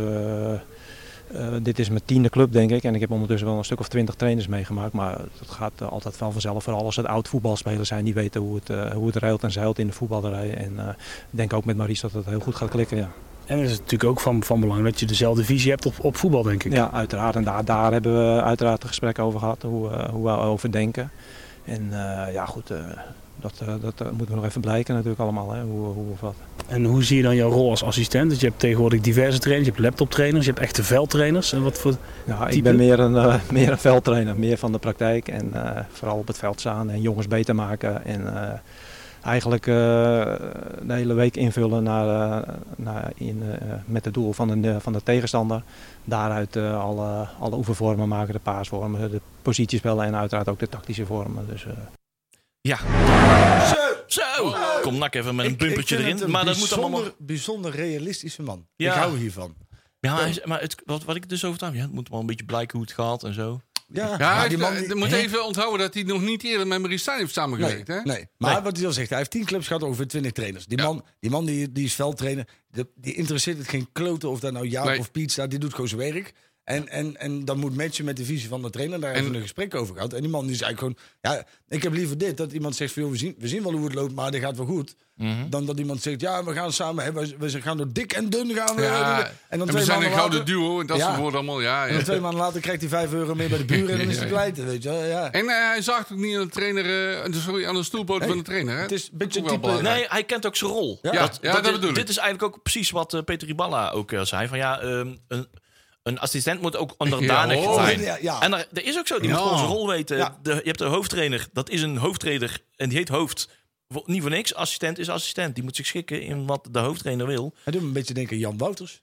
Uh, uh, dit is mijn tiende club, denk ik. En ik heb ondertussen wel een stuk of twintig trainers meegemaakt. Maar dat gaat uh, altijd wel vanzelf. Vooral als het oud voetbalspelers zijn. Die weten hoe het, uh, hoe het ruilt en zeilt in de voetballerij. En uh, ik denk ook met Maurice dat het heel goed gaat klikken, ja. En het is natuurlijk ook van, van belang dat je dezelfde visie hebt op, op voetbal, denk ik. Ja, uiteraard. En daar, daar hebben we uiteraard een gesprek over gehad, hoe, uh, hoe we over denken. En uh, ja, goed, uh, dat, uh, dat uh, moeten we nog even blijken natuurlijk allemaal, hè, hoe, hoe of wat. En hoe zie je dan jouw rol als assistent? Dus je hebt tegenwoordig diverse trainers, je hebt laptoptrainers, je hebt echte veldtrainers. En wat voor ja, ik ben meer een, uh, meer een veldtrainer, meer van de praktijk. En uh, vooral op het veld staan en jongens beter maken. En, uh, Eigenlijk uh, de hele week invullen naar, uh, naar in, uh, met het doel van de, van de tegenstander. Daaruit uh, alle, alle oefenvormen maken, de paasvormen, de positiespellen en uiteraard ook de tactische vormen. Dus, uh... Ja. Zo! Zo! Oh. Kom nak even met een bumpertje erin. Een maar dat moet allemaal nog... bijzonder realistische man. Ja. Ik hou hiervan. Ja, maar, maar het, wat, wat ik dus over heb, ja, het moet wel een beetje blijken hoe het gaat en zo. Ja, ja hij die man, die, moet he? even onthouden dat hij nog niet eerder met Maurice Stijn heeft samengewerkt. Nee, hè? nee. maar nee. wat hij al zegt, hij heeft tien clubs gehad over twintig trainers. Die ja. man, die, man die, die is veldtrainer, die, die interesseert het geen kloten of daar nou Jaap nee. of Piet staat. Die doet gewoon zijn werk. En, en, en dan moet matchen met de visie van de trainer. Daar hebben we een gesprek over gehad. En die man die is eigenlijk gewoon... Ja, ik heb liever dit, dat iemand zegt... Van, we, zien, we zien wel hoe het loopt, maar dit gaat wel goed. Mm-hmm. Dan dat iemand zegt... Ja, we gaan samen... Hè, we, we gaan door dik en dun gaan we... Ja, en, dan en we zijn een gouden duo. En dat ja. soort woorden allemaal. Ja, ja. En dan twee maanden later krijgt hij vijf euro meer bij de buren... en dan is hij kwijt, weet je. Ja. En uh, hij zag ook niet aan de trainer... Uh, sorry, aan de stoelpoot hey, van de trainer. Hè? Het is een beetje type... Nee, hij kent ook zijn rol. Ja, dat, ja, dat, dat bedoel ik. Dit is eigenlijk ook precies wat uh, Peter Riballa ook uh, zei. Van ja... Um, een, Een assistent moet ook onderdanig ja, oh, zijn. Ja, ja. En er, er is ook zo, die ja. moet gewoon zijn rol weten. Ja. De, je hebt een hoofdtrainer, dat is een hoofdtrainer en die heet hoofd. Niet voor niks, assistent is assistent. Die moet zich schikken in wat de hoofdtrainer wil. Hij doet me een beetje denken aan Jan Wouters.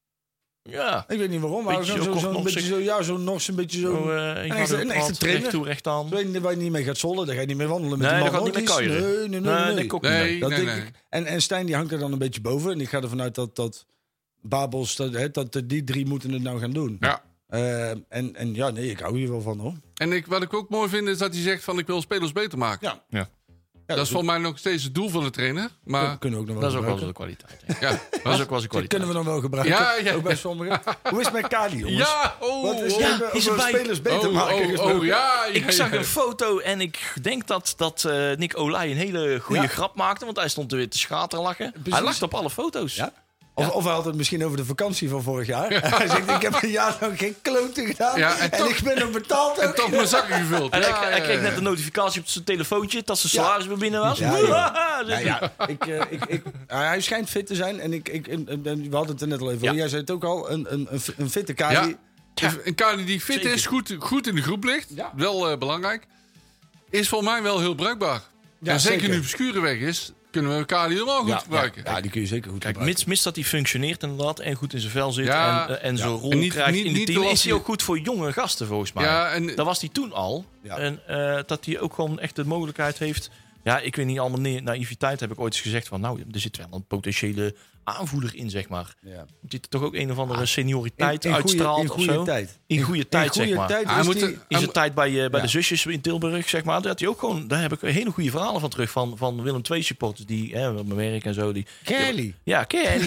Ja. Ik weet niet waarom, maar zo, zo, zo een beetje zo, ja, zo nog zo'n beetje zo... Oh, uh, een echte, een echte trainer. Recht toe, recht aan. Weet je waar je niet mee gaat zollen, dan ga je niet meer wandelen met nee, de man. Nee, dat gaat niet meer kuieren. Nee, nee, nee. nee, nee, nee. nee, dat nee, denk nee. Ik. En, en Stijn die hangt er dan een beetje boven. En ik ga ervan uit dat... dat Babels, dat, hè, dat die drie moeten het nou gaan doen. Ja. Uh, en, en ja, nee, ik hou hier wel van, hoor. En ik, wat ik ook mooi vind, is dat hij zegt van... ik wil spelers beter maken. Ja. ja. Ja, dat is volgens mij nog steeds het doel van de trainer. Maar dat kunnen we ook nog wel dat is ook wel zijn kwaliteit. Ja. ja, dat is ook wel zijn kwaliteit. Dat kunnen we nog wel gebruiken. Ja, ja. Ook bij sommigen. Hoe is het met Kali, jongens? Ja, oh, Wat is oh, ja, oh, is er bij spelers beter oh, maken? Oh, oh, ja, ja, ik zag een foto en ik denk dat, dat uh, Nick Olij een hele goede ja. grap maakte. Want hij stond er weer te schaterlachen. Precies. Hij lacht op alle foto's. Ja? Of, ja. of hij had het misschien over de vakantie van vorig jaar. Ja. Hij zegt, ik heb een jaar lang geen klote gedaan. Ja, en, en toch, ik ben nog betaald. En toch mijn zakken gevuld. En ja, hij, ja, hij kreeg ja. net een notificatie op zijn telefoontje... dat zijn salaris weer binnen was. Ja, ja. ja, ja. Ik, uh, ik, ik, hij schijnt fit te zijn. En, ik, ik, en, en we hadden het er net al even over. Ja. Jij zei het ook al. Een, een, een, een fitte Kali. Ja. Ja. Een Kali die fit Zeker. is, goed, goed in de groep ligt. Ja. Wel uh, belangrijk. Is volgens mij wel heel bruikbaar. Ja, en zeker, zeker nu Verschuren weg is... kunnen we Kali helemaal goed ja, gebruiken. Ja, ja, die kun je zeker goed Kijk, gebruiken. Mits, mits dat hij functioneert inderdaad en goed in zijn vel zit ja, en, en zijn ja. rol en niet, krijgt niet, in het team, is hij ook goed voor jonge gasten volgens mij. Ja, en, dat was hij toen al. Ja. En uh, dat hij ook gewoon echt de mogelijkheid heeft Ja, ik weet niet, allemaal na- naïviteit heb ik ooit eens gezegd van... nou, er zit wel een potentiële aanvoerder in, zeg maar. Ja. Die toch ook een of andere senioriteit In- in goeie- uitstraalt in of goede zo. tijd. In goede tijd, goede zeg maar. tijd Hij was moet die- een- In zijn tijd bij, uh, bij Ja. de zusjes in Tilburg, zeg maar. Dat hij ook gewoon, daar heb ik hele goede verhalen van terug. Van, van Willem twee supporters die, hè, op mijn werk en zo. Die, Kelly. Ja, Kelly.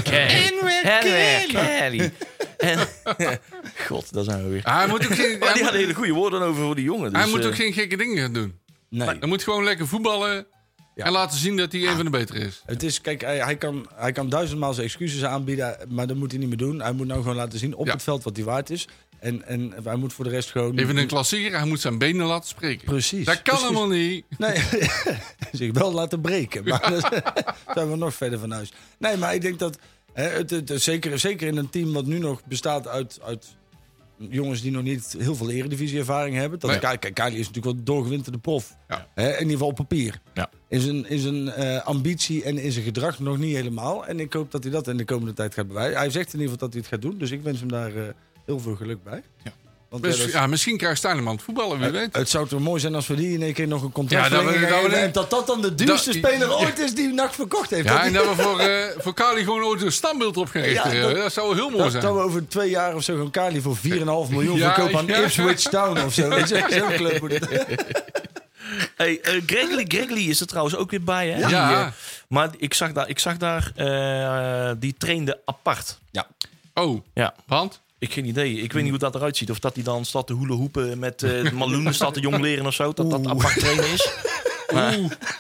Kelly. Kelly. En, God, daar zijn we weer. Hij moet ook geen, Maar hij die moet, hadden hele goede woorden over voor die jongen. Dus, hij moet eh, ook geen gekke dingen gaan doen. Nee. Hij moet gewoon lekker voetballen Ja. en laten zien dat hij een van de betere is. Het is, kijk, hij, hij, kan, hij kan duizendmaal zijn excuses aanbieden, maar dat moet hij niet meer doen. Hij moet nou gewoon laten zien op Ja. het veld wat hij waard is. En, en hij moet voor de rest gewoon... Even een klassieker, hij moet zijn benen laten spreken. Precies. Dat kan precies. helemaal niet. Nee, zich wel laten breken. Maar daar zijn we nog verder van huis. Nee, maar ik denk dat... Hè, het, het, het- zeker, zeker in een team wat nu nog bestaat uit... uit jongens die nog niet heel veel eredivisie-ervaring hebben. Dat Nee. Kijk, kijk, Kali is natuurlijk wel doorgewinterde prof. Ja. Hè, in ieder geval op papier. Ja. In zijn, in zijn eh, ambitie en in zijn gedrag nog niet helemaal. En ik hoop dat hij dat in de komende tijd gaat bewijzen. Hij zegt in ieder geval dat hij het gaat doen. Dus ik wens hem daar eh, heel veel geluk bij. Ja. Want, Dus, ja, dat is- ja, misschien krijgt Stijneman het voetballen, wie weet. het zou toch mooi zijn als we die in één keer nog een contract Ja, dat we- verlengen dat we- geven en dat dat dan de duurste dat- speler ja. ooit is die N A C verkocht heeft. Ja, dat, en die- dat we voor, eh voor Kali gewoon ooit een standbeeld op gaan richten. Ja, dat, dat- zou heel mooi dat, zijn. dat we over twee jaar of zo gewoon Kali voor vier komma vijf miljoen Ja, verkopen aan ja. Ipswich Town of zo. Weet je, Zo'n club moet het. Hey, uh, Gregory, Gregory is er trouwens ook weer bij, hè? Ja. Die, uh, maar ik zag daar, ik zag daar uh, die trainde apart. Oh, Ja. want? Ik geen idee. Ik weet niet hoe dat eruit ziet. Of dat hij dan staat te hoelen hoepen met uh, de Malloenen staat te jong leren of zo. Dat dat apart trainen is. Maar...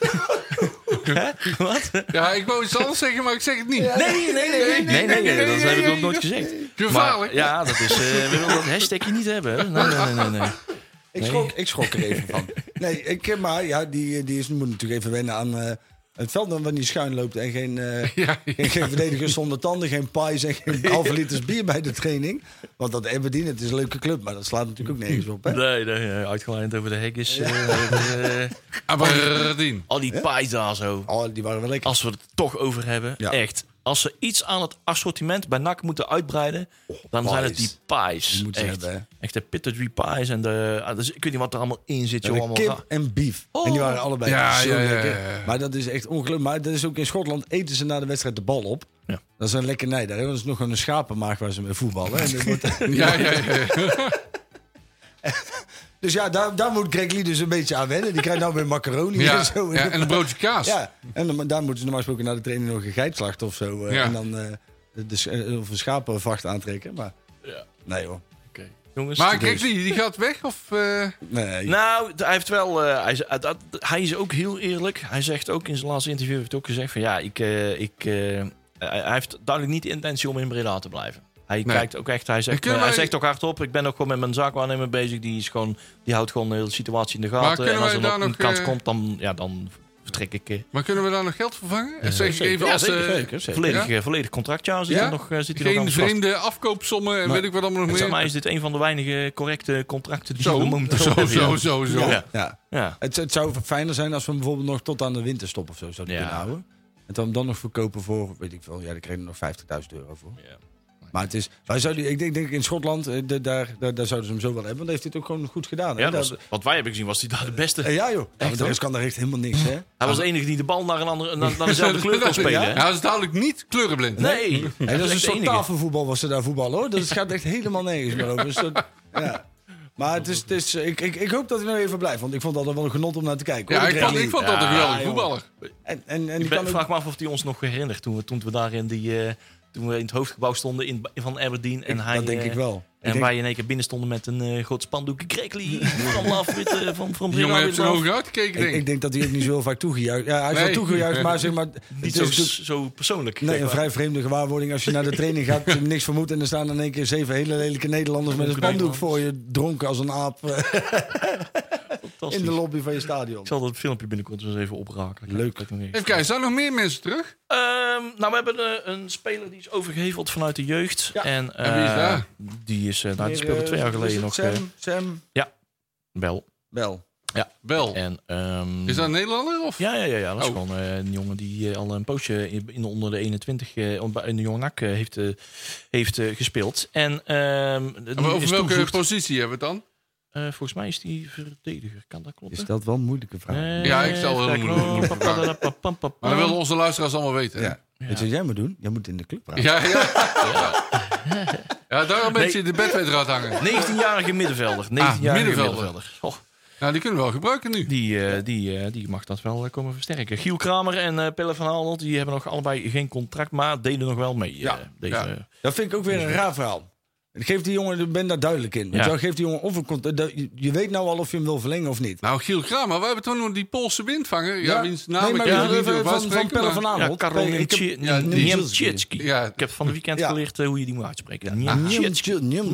Hè? Wat? Ja, ik wou iets anders zeggen, maar ik zeg het niet. Nee, nee, nee, nee, nee, nee, nee, dat heb ik ook nooit gezegd. Gevaarlijk. Maar, ja, dat is. Uh, we willen dat hashtagje niet hebben. Hè? Nee, nee, nee, nee. Ik schrok, ik schrok er even van. Nee, ik, maar ja, die, die is, moet natuurlijk even wennen aan uh, het veld wanneer hij schuin loopt. En geen, uh, Ja, ja. geen, geen verdedigers zonder tanden, geen pies en geen halve liters bier bij de training. Want dat Aberdeen, het is een leuke club, maar dat slaat natuurlijk ook nergens op. Hè? Nee, nee, uitgelijnd over de hekjes. Ja. Uh, uh, Aberdeen. al die pies daar zo. Oh, die waren wel lekker. Als we het toch over hebben, Ja. echt. Als ze iets aan het assortiment bij N A C moeten uitbreiden, dan pies. zijn het die pies. Die moeten ze echt. hebben, hè? Echt de pitted pies en de... Ah, dus ik weet niet wat er allemaal in zit. Ja, Joh, de allemaal kip ra- en beef. Oh. En die waren allebei Ja, zo ja, ja, lekker. ja, ja. Maar dat is echt ongelooflijk. Maar dat is ook in Schotland eten ze na de wedstrijd de bal op. Ja. Dat is een lekkernij daar. Hè? Want dat is nog gewoon een schapenmaag waar ze mee voetballen. En dat wordt, Ja, ja, ja. dus ja, daar, daar moet Greg Lee dus een beetje aan wennen. Die krijgt nou weer macaroni Ja, en zo. ja, en een broodje kaas. Ja, en dan, daar moeten ze normaal gesproken na de training nog een geit slachten of zo. eh, Ja. En dan eh, de, de, of een schapenvacht aantrekken. Maar Ja. nee hoor. Oké. Jongens. Maar die- kijk, die, die gaat weg? Of, uh... Nee. Nou, hij heeft wel. Uh, hij, is, uh, dat, hij is ook heel eerlijk. Hij zegt ook in zijn laatste interview heeft hij ook gezegd van ja, ik, uh, ik, uh, hij heeft duidelijk niet de intentie om in Breda te blijven. Hij Nee. kijkt ook echt. Hij zegt, kunnen uh, hij wij- zegt ook hardop. Ik ben ook gewoon met mijn zaakwaarnemer bezig. Die is gewoon, die houdt gewoon de hele situatie in de Maar gaten. kunnen En als wij er daar nog een nog, kans uh, komt, dan, ja, dan vertrek ik. Uh, Maar kunnen we daar nog geld voor vangen? Dat zeg ik zeker. even Ja, als... zeker, uh, zeker, zeker. Volledig, Ja? uh, volledig contractjaar zit Ja? er nog, uh, zit hij nog aan Geen vast. vreemde afkoopsommen en weet ik wat allemaal nog Volgens meer. mij is dit een van de weinige correcte contracten die Zo, we momenteel zo, hebben. zo, ja. zo, zo. Ja. Ja. Ja. Het, het zou fijner zijn als we hem bijvoorbeeld nog tot aan de winterstop of zo zouden Ja. kunnen houden. En dan, dan nog verkopen voor, weet ik veel, ja, daar kregen we nog vijftigduizend euro voor. Ja. Maar het is, wij zouden, ik denk, denk in Schotland, eh, de- daar, daar, daar zouden ze hem zo wel hebben. Want heeft hij het ook gewoon goed gedaan. Hè? Ja, Daar- dat was- wat wij hebben gezien was hij daar de beste. Eh, ja joh, ja, Echt, want de rest kan daar echt helemaal niks. Hè? Hij was de enige die de bal naar een andere, naar, naar dezelfde kleur kon spelen. Ja, hè? hij is duidelijk niet kleurenblind. Nee, Hey, dat is een echt de soort enige. tafelvoetbal was ze daar voetballen hoor. Dat gaat echt helemaal nergens meer over. Een soort, ja. Maar het is, het is, ik, ik, ik hoop dat hij nog even blijft. Want ik vond dat wel een genot om naar te kijken. Ja, hoor, ik de vond, Greg ik vond Lee. dat een Ja, geweldige joh. voetballer. En, en, en Ik die ben, kan ook, vraag me af of hij ons nog herinnert toen we, toen we daar in, die, uh, toen we in het hoofdgebouw stonden in, van Aberdeen. En hij, dat denk uh, ik wel. Ik En denk- wij in één keer binnen stonden met een uh, groot spandoek. Gregory from Love with, uh, van, van Die jongen Breda heeft zijn with ogen Love. uitgekeken, Ik, denk ik ik. denk dat hij ook niet zo heel vaak toegejuicht. Ja, hij is Nee. wel toegejuicht, maar zeg maar... Niet het zo, is natuurlijk- zo persoonlijk. Nee, zeg een maar. vrij vreemde gewaarwording als je naar de training gaat, niks vermoedt en er staan in één keer zeven hele lelijke Nederlanders met een spandoek voor je, dronken als een aap eh, Fantastisch. in de lobby van je stadion. Ik zal dat filmpje binnenkort eens even opraken. Leuk. Kijk nog even. Even kijken, zijn er nog meer mensen terug? Ehm, nou, we hebben uh, een speler die is overgeheveld vanuit de jeugd. Ja. En, En wie is uh, daar? Die is, uh, nou, die Meneer, speelde twee eh, jaar geleden is nog. het uh, Sam, Sam wel. Bel. Wel. En, um, Is dat een Nederlander? Of? Ja, ja, ja, ja. Dat is Oh. gewoon uh, een jongen die uh, al een poosje in, in onder de eenentwintig uh, in de jonge N A C uh, heeft, uh, heeft uh, gespeeld. En, um, Maar over welke positie hebben we het dan? Uh, volgens mij is die verdediger. Kan dat kloppen? Je stelt wel moeilijke vragen. Uh, ja, ik stel heel moeilijke vragen. Maar dat willen onze luisteraars allemaal weten. Ja. Ja. Weet je wat jij moet doen? Jij moet in de club praten. Ja, ja. ja. ja daarom ben je nee. de bedweer eruit hangen. negentienjarige middenvelder. negentienjarige ah, middenvelder. middenvelder. Oh. Nou, die kunnen we wel gebruiken nu. Die, uh, die, uh, die mag dat wel uh, komen versterken. Giel Kramer en uh, Pelle van Aanholt, die hebben nog allebei geen contract, maar deden nog wel mee. Uh, ja, deze, ja. Dat vind ik ook weer een raar verhaal. Geef die jongen, ik ben daar duidelijk in. Ja. Geef die jongen of een contract. Je weet nou al of je hem wil verlengen of niet. Nou, Giel Kramer, we hebben toen nog die Poolse windvanger. Ja, ja wiens naam nee, ik ja, niet van, van, van Pelle van Aanholt. Ja, Karol Niemczycki. Ja, ik heb van de weekend ja. geleerd uh, hoe je die moet uitspreken. Niemczycki.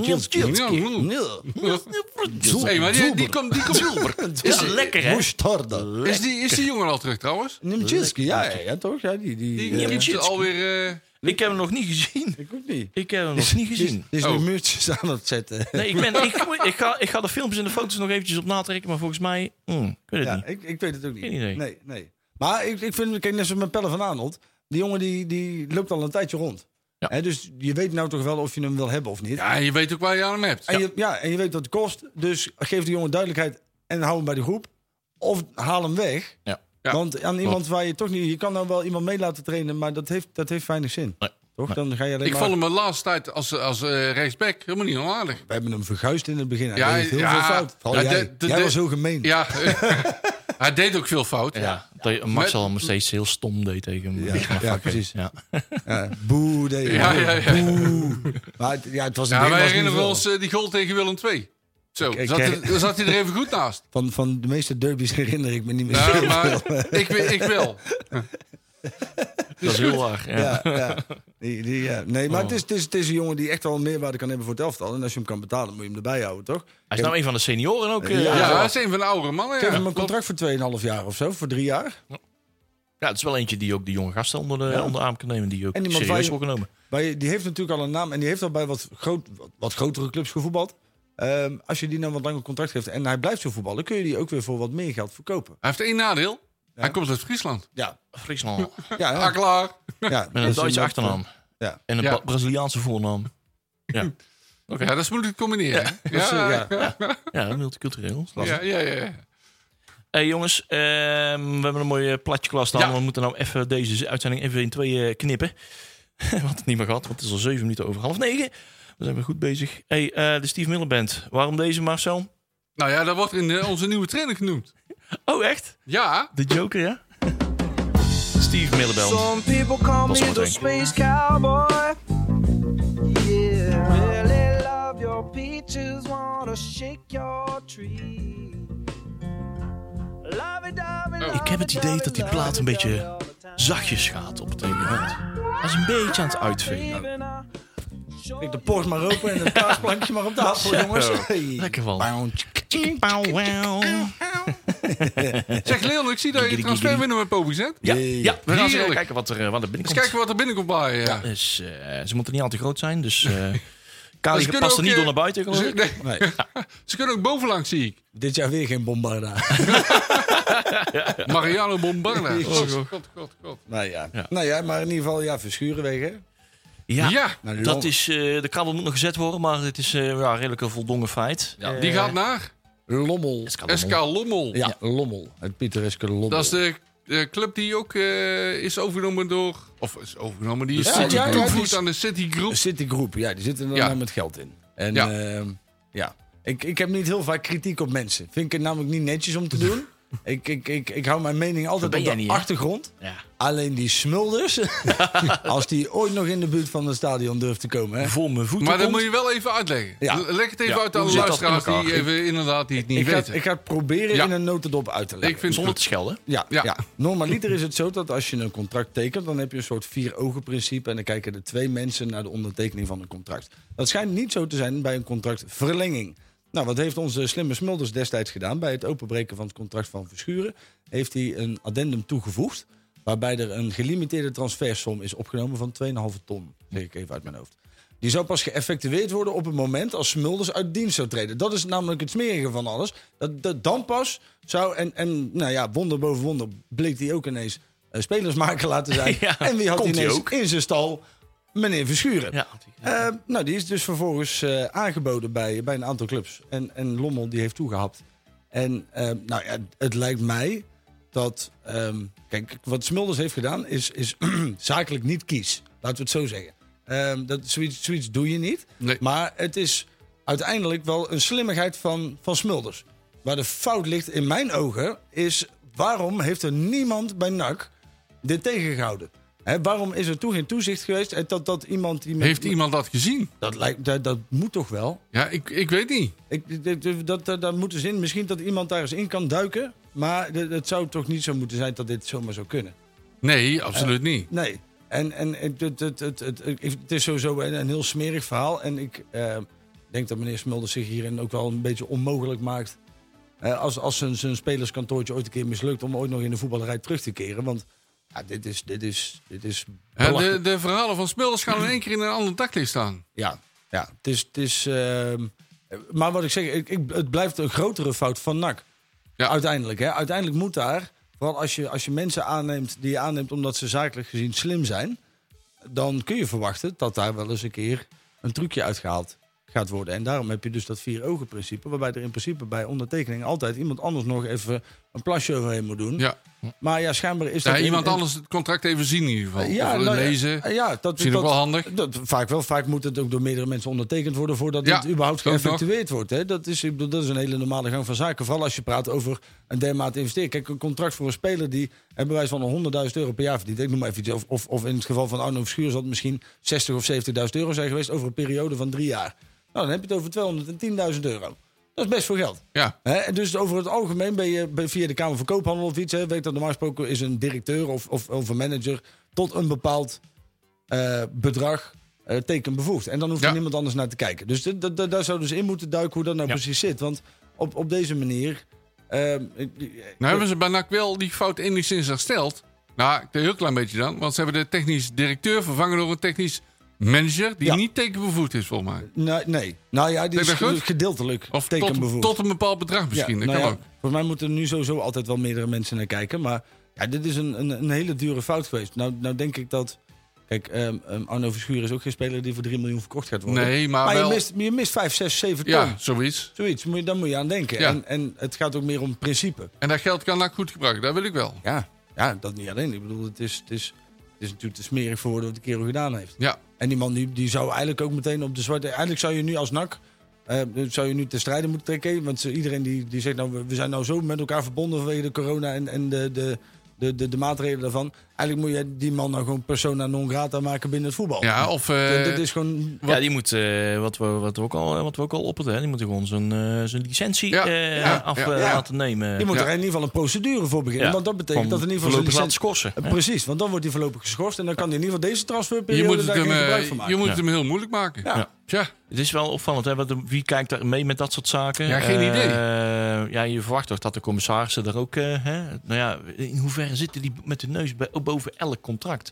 Hé, maar die, die komt... Die komt is lekker, hè? Is die, is die jongen al terug, trouwens? Niemczycki, ja, ja, toch? Ja, die, die, die, die heeft alweer... Uh, Ik heb hem nog niet gezien. Ik ook niet. Ik heb hem nog niet gezien. Is, is oh. nu muurtjes aan het zetten. Nee, ik, ben, ik, ik, ga, ik ga de filmpjes en de foto's nog eventjes op natrekken, maar volgens mij... Mm, ik weet het ja, niet. Ik, ik weet het ook niet. Geen idee. Nee, nee. Maar ik, ik vind, kijk, net zoals met Pelle van Aanholt, die jongen die, die loopt al een tijdje rond. Ja. He, dus je weet nou toch wel of je hem wil hebben of niet. Ja, je weet ook waar je aan hem hebt. En je, ja, en je weet wat het kost. Dus geef de jongen duidelijkheid en hou hem bij de groep. Of haal hem weg. Ja. Ja. Want aan iemand waar je toch niet... Je kan nou wel iemand mee laten trainen, maar dat heeft, dat heeft weinig zin. Nee. Toch? Dan ga je alleen ik maar... vond hem de laatste tijd als, als uh, rechtsback helemaal niet onaardig. We hebben hem verguisd in het begin. Hij ja, deed heel ja, veel fout. Ja, jij de, de, jij de, was heel gemeen. Ja, hij deed ook veel fout. Ja, dat Marcel hem steeds heel stom deed tegen hem. Ja, ja, ja precies. Ja. Ja, boe deed ja, ja, ja. Boe. Maar het, ja, het was een ja, wij herinneren ons uh, die goal tegen Willem twee. Zo, ik, zat, ik, er, zat hij er even goed naast. Van, van de meeste derbies herinner ik me niet meer. Ja, maar ik, ik wel. Dat is heel laag. Ja. Ja, ja. Die, die, ja. Nee, maar oh. het, is, het, is, het is een jongen die echt wel een meerwaarde kan hebben voor het elftal. En als je hem kan betalen, moet je hem erbij houden, toch? Hij is nou een van de senioren ook. Ja, uh, ja hij is een van de oudere mannen. Geef ja. hem een contract voor twee komma vijf jaar of zo, voor drie jaar. Ja, het is wel eentje die ook de jonge gasten onder de, ja. onder de arm kan nemen. Die ook serieus wordt genomen. Je, die heeft natuurlijk al een naam en die heeft al bij wat, groot, wat, wat grotere clubs gevoetbald. Um, als je die nou wat langer contract geeft en hij blijft zo voetballen, kun je die ook weer voor wat meer geld verkopen. Hij heeft één nadeel. Ja. Hij komt uit Friesland. Ja, Friesland. Ja, ja. Ah, klaar. Ja, met een Duitse achternaam. Ja. En een ja. Braziliaanse voornaam. Ja. Okay. Ja, dat is moeilijk te combineren. Ja, ja. Dus, uh, ja. ja. ja. ja multicultureel. Ja, ja, ja. ja. Hey jongens, uh, we hebben een mooi platje klaar staan. Ja. We moeten nou even deze uitzending even in twee knippen. Wat het niet meer gaat, want het is al zeven minuten over half negen. We zijn weer goed bezig. Hey, uh, de Steve Miller Band. Waarom deze, Marcel? Nou ja, dat wordt in uh, onze nieuwe trainer genoemd. Oh, echt? Ja. De Joker, ja? Steve Miller Band. Some people call me the space cowboy. Yeah. Really love your peaches, wanna shake your tree. Oh. Ik heb het idee dat die plaat een beetje zachtjes gaat op het evenement. Hij is een beetje aan het uitvelen. Kijk de poort maar open en het kaasplankje maar op tafel, jongens. Hey. Lekker van. Zeg Leon, ik zie dat je transferwindow met Pobi zet. Ja, ja, we gaan eens kijken wat er, wat er binnenkomt. Eens kijken wat er binnenkomt bij. Ja. Ja, dus, uh, ze moeten niet al te groot zijn, dus... Uh, Kali past er niet uh, door naar buiten, geloof ik. Ze, nee. Nee. Ze kunnen ook bovenlangs, zie ik. Dit jaar weer geen Bombarda. Mariano Bombarda. Oh, god, god, god, god. Nou ja. Ja. Nou ja, maar in ieder geval, ja, Verschurenwegen. Ja, ja. Nou, dat is, uh, de krabbel moet nog gezet worden, maar het is uh, ja, redelijk een voldongen feit. Ja, die uh, gaat naar? Lommel. S K Lommel. Ja, Lommel. Het pittoreske Lommel. Dat is de, de club die ook uh, is overgenomen door... Of is overgenomen, die is ja, City ja, Group ja, is, aan de City Group. City Group, ja, die zitten er ja. met geld in. En ja, uh, ja. Ik, ik heb niet heel vaak kritiek op mensen. Vind ik het namelijk niet netjes om te doen. Ik, ik, ik, ik hou mijn mening altijd op de niet, achtergrond. Ja. Alleen die Smulders, als die ooit nog in de buurt van het stadion durft te komen. Hè. Voor mijn voeten maar dat komt. moet je wel even uitleggen. Ja. Leg het even ja. uit aan de luisteraars die even inderdaad die het niet ik weten. Ga, ik ga het proberen ja. in een notendop uit te leggen. Ik vind Zonder te schelden. Ja, ja. ja. Normaliter is het zo dat als je een contract tekent, dan heb je een soort vier ogen principe. En dan kijken er twee mensen naar de ondertekening van een contract. Dat schijnt niet zo te zijn bij een contractverlenging. Nou, wat heeft onze slimme Smulders destijds gedaan? Bij het openbreken van het contract van Verschuren heeft hij een addendum toegevoegd, waarbij er een gelimiteerde transfersom is opgenomen van twee komma vijf ton. Zeg ik even uit mijn hoofd. Die zou pas geëffectueerd worden op het moment als Smulders uit dienst zou treden. Dat is namelijk het smerige van alles. Dat, dat dan pas zou, en, en nou ja, wonder boven wonder bleek hij ook ineens uh, spelersmaker laten zijn. Ja, en wie had hij ineens ook in zijn stal? meneer Verschuren. Ja. Uh, nou, die is dus vervolgens uh, aangeboden bij, bij een aantal clubs. En, en Lommel die heeft toegehapt. En uh, nou ja, het lijkt mij dat... Um, kijk, wat Smulders heeft gedaan is, is zakelijk niet kies. Laten we het zo zeggen. Um, dat, zoiets, zoiets doe je niet. Nee. Maar het is uiteindelijk wel een slimmigheid van, van Smulders. Waar de fout ligt in mijn ogen is... waarom heeft er niemand bij N A C dit tegengehouden? He, waarom is er toen geen toezicht geweest? Dat, dat iemand die met, heeft iemand dat gezien? Dat, lijkt, dat, dat moet toch wel? Ja, ik, ik weet niet. Ik, dat, dat, dat, dat moet dus in. Misschien dat iemand daar eens in kan duiken. Maar het zou toch niet zo moeten zijn dat dit zomaar zou kunnen? Nee, absoluut uh, niet. Nee. En, en het, het, het, het, het, het is sowieso een, een heel smerig verhaal. En ik uh, denk dat meneer Smulders zich hierin ook wel een beetje onmogelijk maakt. Uh, als als zijn, zijn spelerskantoortje ooit een keer mislukt om ooit nog in de voetballerij terug te keren. Want ja, dit is... Dit is, dit is uh, de, de verhalen van Smulders gaan in één keer in een ander daglicht staan. Ja, ja. Het is... Het is uh, maar wat ik zeg, ik, ik, het blijft een grotere fout van N A C. Ja. Uiteindelijk. Hè? Uiteindelijk moet daar... Vooral als je, als je mensen aanneemt die je aanneemt omdat ze zakelijk gezien slim zijn... dan kun je verwachten dat daar wel eens een keer een trucje uitgehaald gaat worden. En daarom heb je dus dat vier ogen principe... waarbij er in principe bij ondertekening altijd iemand anders nog even een plasje overheen moet doen. Ja. Maar ja, schijnbaar is ja, dat... iemand in, anders het contract even zien in ieder geval. Ja, of nou, lezen. Ja, dat Misschien dat, ook wel handig. Dat, vaak wel. Vaak moet het ook door meerdere mensen ondertekend worden... voordat ja, het überhaupt geëffectueerd wordt. Hè? Dat, is, dat is een hele normale gang van zaken. Vooral als je praat over een dermate investering. Kijk, een contract voor een speler die... bij wijze van honderdduizend euro per jaar verdient. Ik noem maar even iets. Of, of, of in het geval van Arno Verschuur... zal het misschien zestig of zeventigduizend euro zijn geweest... over een periode van drie jaar. Nou, dan heb je het over tweehonderdtienduizend euro. Dat is best veel geld. Ja. He, dus over het algemeen ben je via de Kamer van Koophandel of iets... He, weet dat normaal gesproken is een directeur of, of, of een manager... tot een bepaald uh, bedrag uh, tekenbevoegd. En dan hoeft ja. er niemand anders naar te kijken. Dus d- d- d- daar zou dus in moeten duiken hoe dat nou ja. precies zit. Want op, op deze manier... Uh, nou hebben ze bij N A C wel die fout enigszins hersteld. Nou, een heel klein beetje dan. Want ze hebben de technisch directeur vervangen door een technisch... manager die ja. niet tekenbevoegd is, volgens mij. Nee, nee. Nou ja, die is gedeeltelijk of tekenbevoegd. Tot, tot een bepaald bedrag misschien. Ja, dat nou kan ja, ook. Volgens mij moeten er nu sowieso altijd wel meerdere mensen naar kijken. Maar ja, dit is een, een, een hele dure fout geweest. Nou, nou denk ik dat... Kijk, um, um, Arno Verschuur is ook geen speler die voor drie miljoen verkocht gaat worden. Nee, maar, maar wel... je, mist, je mist vijf, zes, zeven ton. Ja, zoiets. Zoiets, moet je, daar moet je aan denken. Ja. En, en het gaat ook meer om principe. En dat geld kan N A C goed gebruiken, dat wil ik wel. Ja, ja, dat niet alleen. Ik bedoel, het is... Het is Het is natuurlijk te smerig voor wat de kerel gedaan heeft. Ja. En die man die, die zou eigenlijk ook meteen op de zwarte... Eigenlijk zou je nu als N A C... Uh, zou je nu te strijden moeten trekken. Want iedereen die, die zegt... nou, we zijn nou zo met elkaar verbonden vanwege de corona... en, en de, de, de, de, de maatregelen daarvan. Eigenlijk moet je die man nou gewoon persona non grata maken binnen het voetbal. Ja, of... Uh, dit is gewoon... Wat... Ja, die moet, uh, wat, we, wat, we ook al, wat we ook al opperen, die moet gewoon zijn, uh, zijn licentie ja. Uh, ja. af ja. Uh, ja. laten nemen. Die moet ja. er in ieder geval een procedure voor beginnen. Ja. Want dat betekent Van dat in ieder geval... Voorlopig laten schorsen. Uh, precies, want dan wordt hij voorlopig geschorst. En dan kan hij in ieder geval deze transferperiode je moet daar het geen hem, gebruik van maken. Je moet ja. het hem heel moeilijk maken. Ja. Ja. Tja. Het is wel opvallend, hè? Wie kijkt daar mee met dat soort zaken? Ja, geen uh, idee. Ja, je verwacht toch dat de commissarissen er ook... Uh, hè? Nou ja, in hoeverre zitten die met de neus boven elk contract?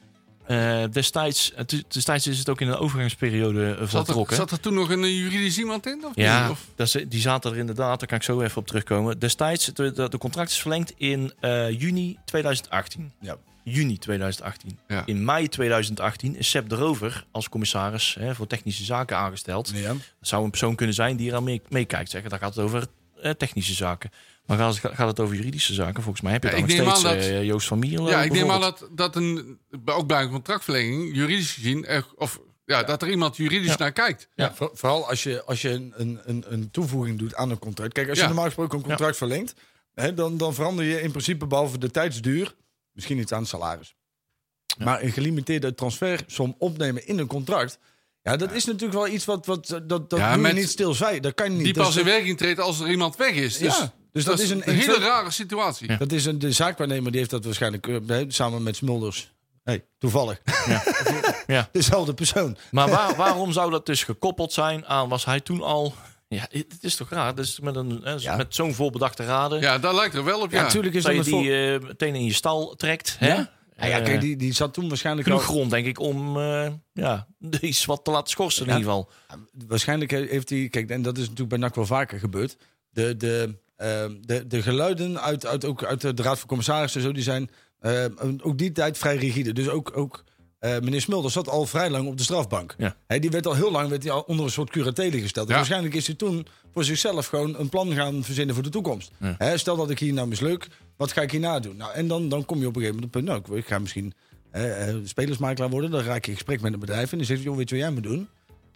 Uh, destijds, destijds is het ook in een overgangsperiode uh, voltrokken. Zat er, zat er toen nog een juridisch iemand in? Of ja, of? Dat is, die zaten er inderdaad. Daar kan ik zo even op terugkomen. Destijds, de, de, de contract is verlengd in uh, juni tweeduizend achttien. Ja. Juni tweeduizend achttien. Ja. In mei tweeduizend achttien is Sepp de Rover als commissaris hè, voor technische zaken aangesteld. Ja. Dat zou een persoon kunnen zijn die er aan mee, meekijkt. Zeggen. Dan gaat het over uh, technische zaken. Maar gaat het, gaat het over juridische zaken? Volgens mij heb je ja, dan nog steeds dat, uh, Joost van Mierlo. Ja, ik neem aan dat, dat een, ook bij een contractverlenging, juridisch gezien, er, of ja, ja. dat er iemand juridisch ja. naar kijkt. Ja, ja. Vooral als je, als je een, een, een toevoeging doet aan een contract. Kijk, als je ja. normaal gesproken een contract ja. verlengt, hè, dan, dan verander je in principe behalve de tijdsduur misschien iets aan het salaris. Ja. Maar een gelimiteerde transfersom opnemen in een contract... Ja, dat is natuurlijk wel iets wat... wat dat dat ja, doe je niet stilzwijgen. Dat kan je niet. Die pas dus in werking treedt als er iemand weg is. Dus, ja, dus dat, dat is een, een hele twee... rare situatie. Ja. Dat is een, de zaakwaarnemer die heeft dat waarschijnlijk... Uh, samen met Smulders. Hey, toevallig. Ja. ja. Dezelfde persoon. Maar waar, waarom zou dat dus gekoppeld zijn aan... Was hij toen al... Ja, het is toch raar? Dus met, een, hè, ja. met zo'n voorbedachte raden... Ja, daar lijkt er wel op, ja. ja natuurlijk is dat je die voor... uh, meteen in je stal trekt, hè? Ja? Ja, ja, kijk, die, die zat toen waarschijnlijk... Genoeg al... grond, denk ik, om uh, ja, iets wat te laten schorsen in ja, ieder geval. Waarschijnlijk heeft hij... Kijk, en dat is natuurlijk bij N A C wel vaker gebeurd. De, de, uh, de, de geluiden uit, uit, ook uit de Raad van Commissarissen... Zo, die zijn uh, ook die tijd vrij rigide. Dus ook, ook Uh, meneer Smulders zat al vrij lang op de strafbank. Ja. He, die werd al heel lang werd hij al onder een soort curatele gesteld. Ja. En waarschijnlijk is hij toen voor zichzelf gewoon een plan gaan verzinnen voor de toekomst. Ja. He, stel dat ik hier nou mislukt, wat ga ik hierna doen? Nou, en dan, dan kom je op een gegeven moment op het punt, nou, ik ga misschien uh, uh, spelersmakelaar worden. Dan raak je in gesprek met een bedrijf en dan zeg je, joh, weet je wat jij moet doen?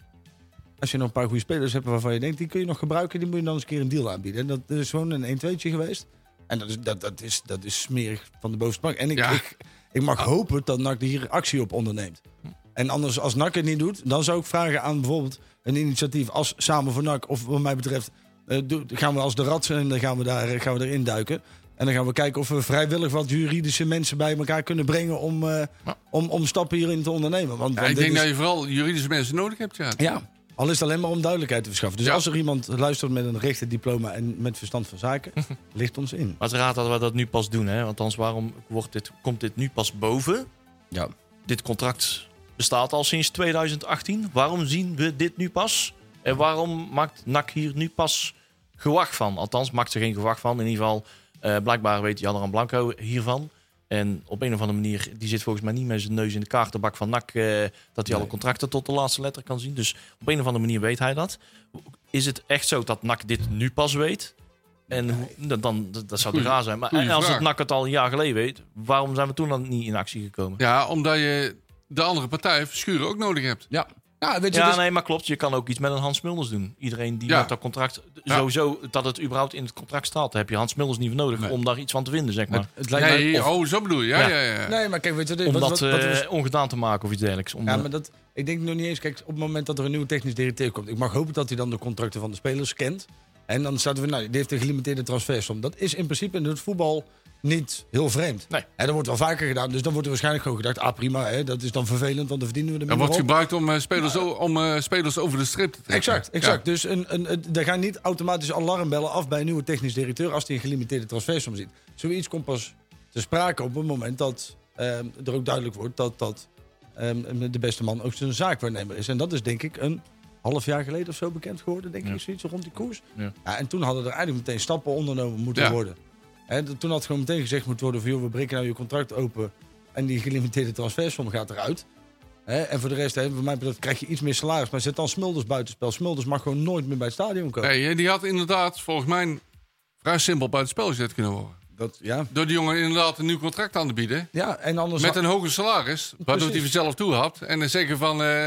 Als je nog een paar goede spelers hebt waarvan je denkt, die kun je nog gebruiken, die moet je dan eens een keer een deal aanbieden. En dat is gewoon een een-tweetje geweest. En dat is, dat, dat is, dat is smerig van de bovenste bank. En ik, Ja. ik, ik mag hopen dat N A C hier actie op onderneemt. En anders, als N A C het niet doet, dan zou ik vragen aan bijvoorbeeld een initiatief als Samen voor N A C. Of wat mij betreft, uh, do, gaan we als de Rad en dan gaan we, daar, gaan we erin duiken. En dan gaan we kijken of we vrijwillig wat juridische mensen bij elkaar kunnen brengen om, uh, Ja. om, om stappen hierin te ondernemen. Want, Ja, want ik dit denk is, dat je vooral juridische mensen nodig hebt. Ja. ja, al is het alleen maar om duidelijkheid te verschaffen. Dus Ja. als er iemand luistert met een rechtendiploma en met verstand van zaken, ligt ons in. Maar het raad dat we dat nu pas doen, hè? Want anders, waarom wordt dit, komt dit nu pas boven? Ja. Dit contract bestaat al sinds tweeduizend achttien. Waarom zien we dit nu pas? En waarom maakt N A C hier nu pas gewag van? Althans, maakt er geen gewag van. In ieder geval, uh, blijkbaar weet Jan Blanco hiervan. En op een of andere manier, die zit volgens mij niet met zijn neus in de kaartenbak van N A C... Uh, dat hij alle contracten tot de laatste letter kan zien. Dus op een of andere manier weet hij dat. Is het echt zo dat N A C dit nu pas weet? En hoe, dan, dan, dat zou te raar zijn. Maar goeie als vraag. het N A C het al een jaar geleden weet, waarom zijn we toen dan niet in actie gekomen? Ja, omdat je de andere partij Verschuren ook nodig hebt. Ja. Ja, weet je, Ja, dus- nee, maar klopt. Je kan ook iets met een Hans Mulders doen. Iedereen die Ja. met dat contract... Ja. Sowieso dat het überhaupt in het contract staat. Daar heb je Hans Mulders niet voor nodig Nee. om daar iets van te vinden, zeg maar. het, het lijkt Nee, mij, of- oh, zo bedoel je. Ja, Ja. ja, ja. nee, maar kijk, weet je, om wat- dat wat- wat eh, we- ongedaan te maken of iets dergelijks. Om, Ja, eh, maar dat, ik denk nog niet eens, kijk, op het moment dat er een nieuwe technisch directeur komt, ik mag hopen dat hij dan de contracten van de spelers kent. En dan zaten we, nou, die heeft een gelimiteerde transfersom. Dat is in principe in het voetbal niet heel vreemd. Nee. En dat wordt wel vaker gedaan, dus dan wordt er waarschijnlijk gewoon gedacht, ah prima, hè, dat is dan vervelend, want dan verdienen we er Dat minder wordt op. gebruikt om, uh, spelers, o- om uh, spelers over de strip te trekken. Exact, exact. Ja. Dus een, een, een, er gaan niet automatisch alarmbellen af bij een nieuwe technisch directeur als hij een gelimiteerde transfersom ziet. Zoiets komt pas te sprake op het moment dat eh, er ook duidelijk wordt dat, dat eh, de beste man ook zijn zaakwaarnemer is. En dat is denk ik een half jaar geleden of zo bekend geworden, denk Ja. ik, zoiets rond die koers. Ja. Ja, en toen hadden er eigenlijk meteen stappen ondernomen moeten Ja. worden. Hè, d- toen had gewoon meteen gezegd moeten worden van, joh, we breken nou je contract open en die gelimiteerde transfersom gaat eruit. Hè, en voor de rest, hè, voor mij betreft, krijg je iets meer salaris, maar zet dan Smulders buitenspel. Smulders mag gewoon nooit meer bij het stadion komen. Nee, die had inderdaad volgens mij vrij simpel buitenspel gezet kunnen worden. Dat, ja. Door die jongen inderdaad een nieuw contract aan te bieden. Ja, en anders... Met een hoger salaris, waardoor hij Precies. zelf toe had. En dan zeggen van, eh,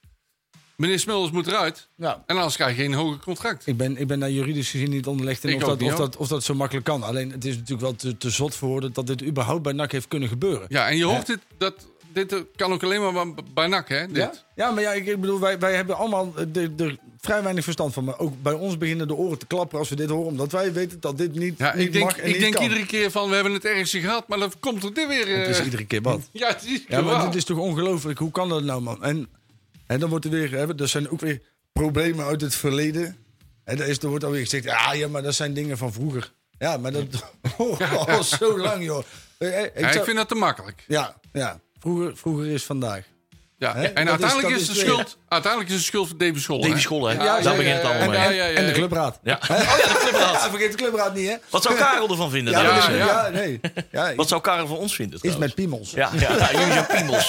meneer Smulders moet eruit. Ja. En anders krijg je een hoger contract. Ik ben, ik ben daar juridisch gezien niet onderlegd in Ik of ook dat, niet, of, hoor. dat, of dat zo makkelijk kan. Alleen het is natuurlijk wel te, te zot voor woorden dat dit überhaupt bij N A C heeft kunnen gebeuren. Ja, en je hoort dit, dat, dit kan ook alleen maar bij- bij N A C, hè? Dit. Ja? Ja, maar ja, ik, ik bedoel, wij, wij hebben allemaal er er vrij weinig verstand van. Maar ook bij ons beginnen de oren te klapperen als we dit horen. Omdat wij weten dat dit niet, Ja, niet ik denk, mag en ik niet denk kan. iedere keer van, we hebben het ergens gehad, maar dan komt er dit weer... eh, Het is iedere keer wat. Ja, het is Ja, maar waar. dit is toch ongelooflijk. Hoe kan dat nou, man? En, en dan wordt er weer... Hè, er zijn ook weer problemen uit het verleden. En er, is, er wordt alweer gezegd... Ja, ja, maar dat zijn dingen van vroeger. Ja, maar dat... Oh, al zo lang, joh. Eh, eh, Ik Ja, ik zou- vind dat te makkelijk. Ja, ja. Vroeger, vroeger is vandaag. Ja. Hè? En Dat is- uiteindelijk dat is, is de weer- schuld, uiteindelijk is de schuld van Davy Scholl. Davy hè? Scholl, hè? Ja, Daar ja, begint het ja, allemaal ja, mee. ja, ja, En de ja. clubraad. Ja. Oh ja, de clubraad. Ja, vergeet de clubraad niet, hè? Wat zou Karel ervan vinden? Ja, trouwens? dat is- ja. ja, nee. Ja, Wat zou Karel van ons vinden? is trouwens? met piemels. Ja, ja, ja, jullie zijn piemels.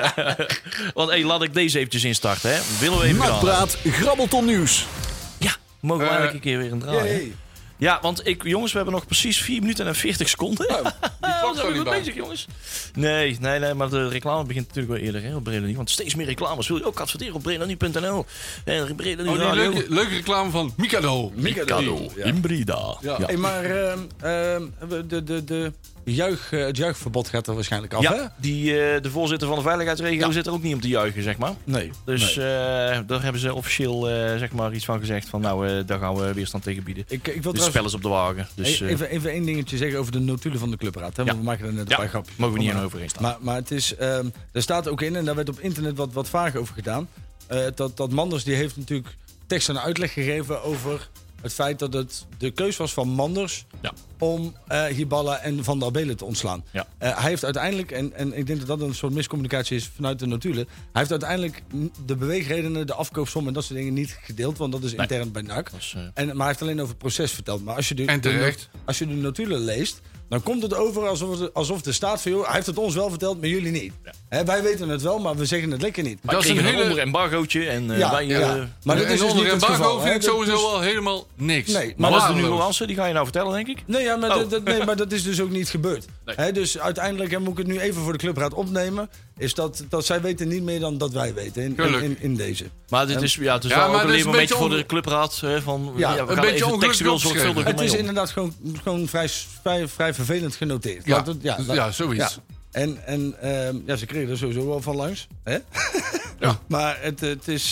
Want hey, laat ik deze eventjes instarten. Hè. Willen we even gaan? Nakpraat, grabbelton nieuws. Ja, mogen we Eh, eigenlijk een keer weer een draaien. Yay. Ja, want ik, jongens, we hebben nog precies vier minuten en veertig seconden. Die Ja, klopt zijn zo we niet goed bij. bezig, jongens? Nee, nee, nee, maar de reclame begint natuurlijk wel eerder hè, op Breda Nu. Want steeds meer reclames wil je ook adverteren op Breda Nu punt n l. En Breda Nu Oh, die Radio. leuke, leuke reclame van Mikado. Mikado Ja. in Breda. Ja. Ja. Hey, maar ehm, ehm, de, de, de juich, eh, het juichverbod gaat er waarschijnlijk af, hè? Ja, die, eh, de voorzitter van de veiligheidsregio Ja. zit er ook niet om te juichen, zeg maar. Nee. Dus nee. eh, daar hebben ze officieel eh, zeg maar iets van gezegd. Van nou, eh, daar gaan we weerstand tegen bieden. Ik, ik wil Dus trouwens spel is op de wagen. Dus eh, even, even één dingetje zeggen over de notulen van de clubraad. Hè? Ja. Want we maken er net een ja, paar grapjes mogen we van, niet aan maar- overeen staan. Maar, maar het is, ehm, er staat ook in, en daar werd op internet wat, wat vaag over gedaan... eh, dat, dat Manders die heeft natuurlijk tekst en uitleg gegeven over het feit dat het de keus was van Manders... Ja. om eh Hiballa en Van der Abelen te ontslaan. Ja. Eh, hij heeft uiteindelijk, en, en ik denk dat dat een soort miscommunicatie is vanuit de notulen... hij heeft uiteindelijk de beweegredenen, de afkoopsom en dat soort dingen niet gedeeld... want dat is Nee. intern bij N A C. Dat is, eh, En, maar hij heeft alleen over het proces verteld. Maar als je de, En de, terecht. als je de notulen leest, dan komt het over alsof, het, alsof de staat van... Joh, hij heeft het ons wel verteld, maar jullie niet. Ja. Hè, wij weten het wel, maar we zeggen het lekker niet. Maar dat is een hele onder embargootje. En, uh, ja, wij, uh, ja. Maar dat en is dus onder niet het embargo geval, vind ik hè, sowieso dus, wel helemaal niks. Nee, maar wat is de nuance? Die ga je nou vertellen, denk ik? Nee, ja, maar, oh. dat, dat, nee, maar dat is dus ook niet gebeurd. Nee. Hè, dus uiteindelijk, en moet ik het nu even voor de clubraad opnemen... is dat, dat zij weten niet meer dan dat wij weten in, in, in, in deze. Maar dit is, ja, het is ja, wel ook een een momentje onge... voor de clubraad. Hè, van, ja, ja, we een gaan beetje even textueel zorgvuldig Het mee is om. inderdaad gewoon, gewoon vrij, vrij, vrij vervelend genoteerd. Ja, Laat het, ja, laat, ja, zoiets. Ja. En, en uh, ja, ze kregen er sowieso wel van langs. Hè? Ja. Maar het, het is...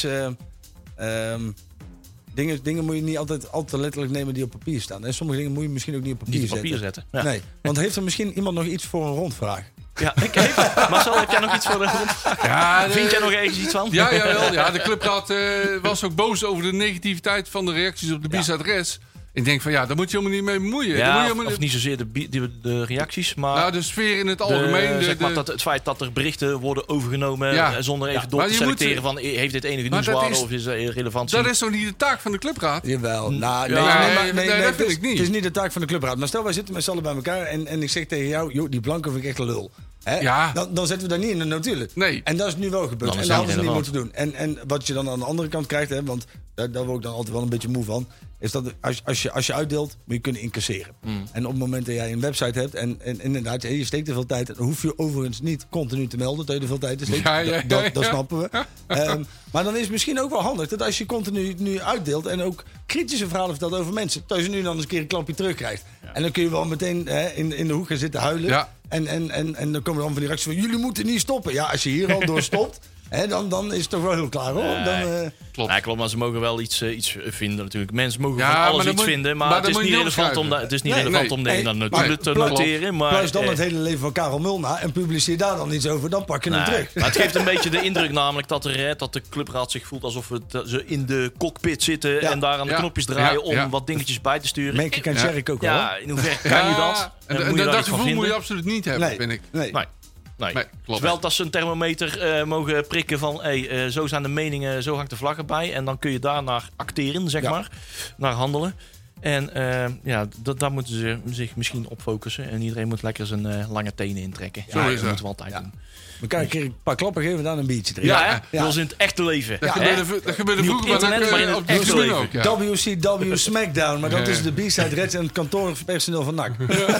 Uh, um, dingen, dingen moet je niet altijd, altijd letterlijk nemen die op papier staan. En sommige dingen moet je misschien ook niet op papier, niet op papier zetten. zetten. Ja. Nee, want heeft er misschien iemand nog iets voor een rondvraag? Ja, ik heb. Marcel, heb jij nog iets voor de grond? Ja, de... Vind jij nog ergens iets van? Ja, jawel. Ja, de clubraad uh, was ook boos over de negativiteit van de reacties op de B-side-res. Ik denk van ja, daar moet je helemaal niet mee bemoeien. Ja, moet je of, of niet zozeer de, de, de reacties, maar... Nou, de sfeer in het algemeen. De, de, zeg maar, de... dat, het feit dat er berichten worden overgenomen ja. zonder even ja. door maar te selecteren moet... van heeft dit enige maar nieuwswaarde is... of is er relevantie? Dat is toch niet de taak van de clubraad? Jawel. Nou, nee, ja, nee, nee, maar, nee, nee, nee, dat het vind is, ik niet. Het is niet de taak van de clubraad. Maar stel, wij zitten met z'n allen bij elkaar en, en ik zeg tegen jou... Joh, die blanke vind ik echt een lul. Hè? Ja. Dan, dan zetten we daar niet in de notulen. Nee. En dat is nu wel gebeurd. Dan En is dat het hadden ze niet relevant. moeten doen. En, en wat je dan aan de andere kant krijgt, hè, want daar, daar word ik dan altijd wel een beetje moe van... is dat als, als, je, als je uitdeelt, moet je kunnen incasseren. Mm. En op het moment dat jij een website hebt... en, en inderdaad, je steekt er veel tijd... dan hoef je overigens niet continu te melden... dat je er veel tijd in steekt. Ja, ja, ja, dat, ja. dat snappen we. um, maar dan is het misschien ook wel handig... dat als je continu nu uitdeelt... en ook kritische verhalen vertelt over mensen... dat je nu dan eens een keer een klapje terugkrijgt. Ja. En dan kun je wel meteen hè, in, in de hoek gaan zitten huilen... Ja. En, en, en, en dan komen dan van die reacties van... jullie moeten niet stoppen. Ja, als je hier al door stopt... Hè, dan, dan is het toch wel heel klaar, hoor. Nee, dan, uh... klopt. Nee, klopt, maar ze mogen wel iets, uh, iets vinden natuurlijk. Mensen mogen ja, van alles iets moet, vinden, maar, maar het is niet relevant om, da- het is niet nee, relevant nee, om dingen nee, dan natuurlijk te noteren. Maar, pluis dan eh, het hele leven van Karel Mulna... en publiceer daar dan iets over, dan pak je nee, hem terug. Maar het geeft een beetje de indruk namelijk dat, er, dat de clubraad zich voelt... alsof het, uh, ze in de cockpit zitten ja. en daar aan de ja. knopjes draaien... Ja. Ja. om wat dingetjes bij te sturen. Merk ik aan Sherrick ook wel. Ja, in hoeverre kan je dat? En, En en, moet je dat daar iets van gevoel moet je vinden? absoluut niet hebben, Nee, vind ik. nee. Nee. Nee. Nee, klopt. Wel dat ze een thermometer uh, mogen prikken van... Hey, uh, zo zijn de meningen, zo hangt de vlag erbij. En dan kun je daar naar acteren, zeg Ja. maar. Naar handelen. En uh, ja, dat, daar moeten ze zich misschien op focussen. En iedereen moet lekker zijn uh, lange tenen intrekken. Zo Ja, is dat het. moeten we altijd Ja. doen. We kunnen een keer een paar klappen geven, dan een biertje drinken. Ja, hè? Ja. Zoals in het echte leven. Dat Hè? gebeurde, dat gebeurde Niet op vroeger bij internet, maar in NAC, het op de echte Saloon leven. ook. Ja. W C W Smackdown, maar dat Ja. is de B-side Reds en het kantoorpersoneel van N A C.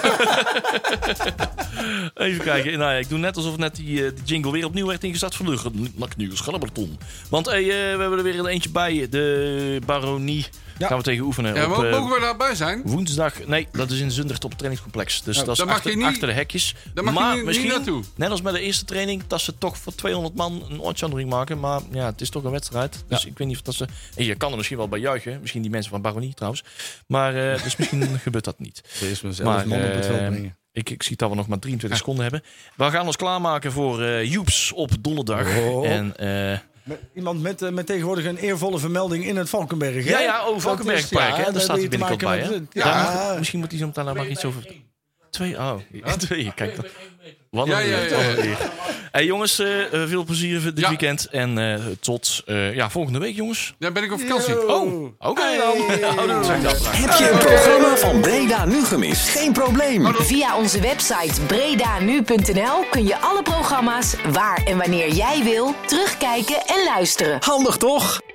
Even kijken. Nou ja, ik doe net alsof net die, uh, die jingle weer opnieuw werd ingestart van de N A C Nieuws Galberton. Want hey, uh, we hebben er weer een eentje bij. De Baronie Ja. gaan we tegen oefenen. Ja, op, mogen uh, we daarbij zijn? woensdag. Nee, dat is in Zundert op het trainingscomplex. Dus Ja, dat is daar mag achter, je niet- achter de hekjes. daar mag je maar niet- niet misschien, naartoe. net als bij de eerste training, dat ze toch voor tweehonderd man een uitzondering maken. Maar ja, het is toch een wedstrijd. Dus Ja. ik weet niet of dat ze... En je kan er misschien wel bij juichen. Misschien die mensen van Baronie trouwens. Maar uh, dus misschien gebeurt dat niet. Eerst mezelf Maar, man op het veld eh, brengen. Ik, ik zie dat we nog maar drieëntwintig seconden hebben. We gaan ons klaarmaken voor uh, Joeps op donderdag. Oh. En, uh, Met, iemand met, uh, met tegenwoordig een eervolle vermelding in het Valkenberg. hè? ja, ja, oh, Dat Valkenbergpark. is- hè, ja, daar staat hij heb je te binnenkort bij. maken Hè? met- Daar Ja, moet- misschien moet hij zo meteen daar nog iets over... Twee, oh. Twee, kijk. Dat. Wat Ja, een ja, eer, ja, wat ja. een eer. Hey jongens, uh, veel plezier dit Ja. weekend. En uh, tot uh, ja, volgende week, jongens. Dan ben ik op vakantie. Yo. Oh, oké okay, dan. Houdoe. Zeg dat. Heb je een programma van Breda nu gemist? Geen probleem. Via onze website bredanu punt n l kun je alle programma's waar en wanneer jij wil terugkijken en luisteren. Handig toch?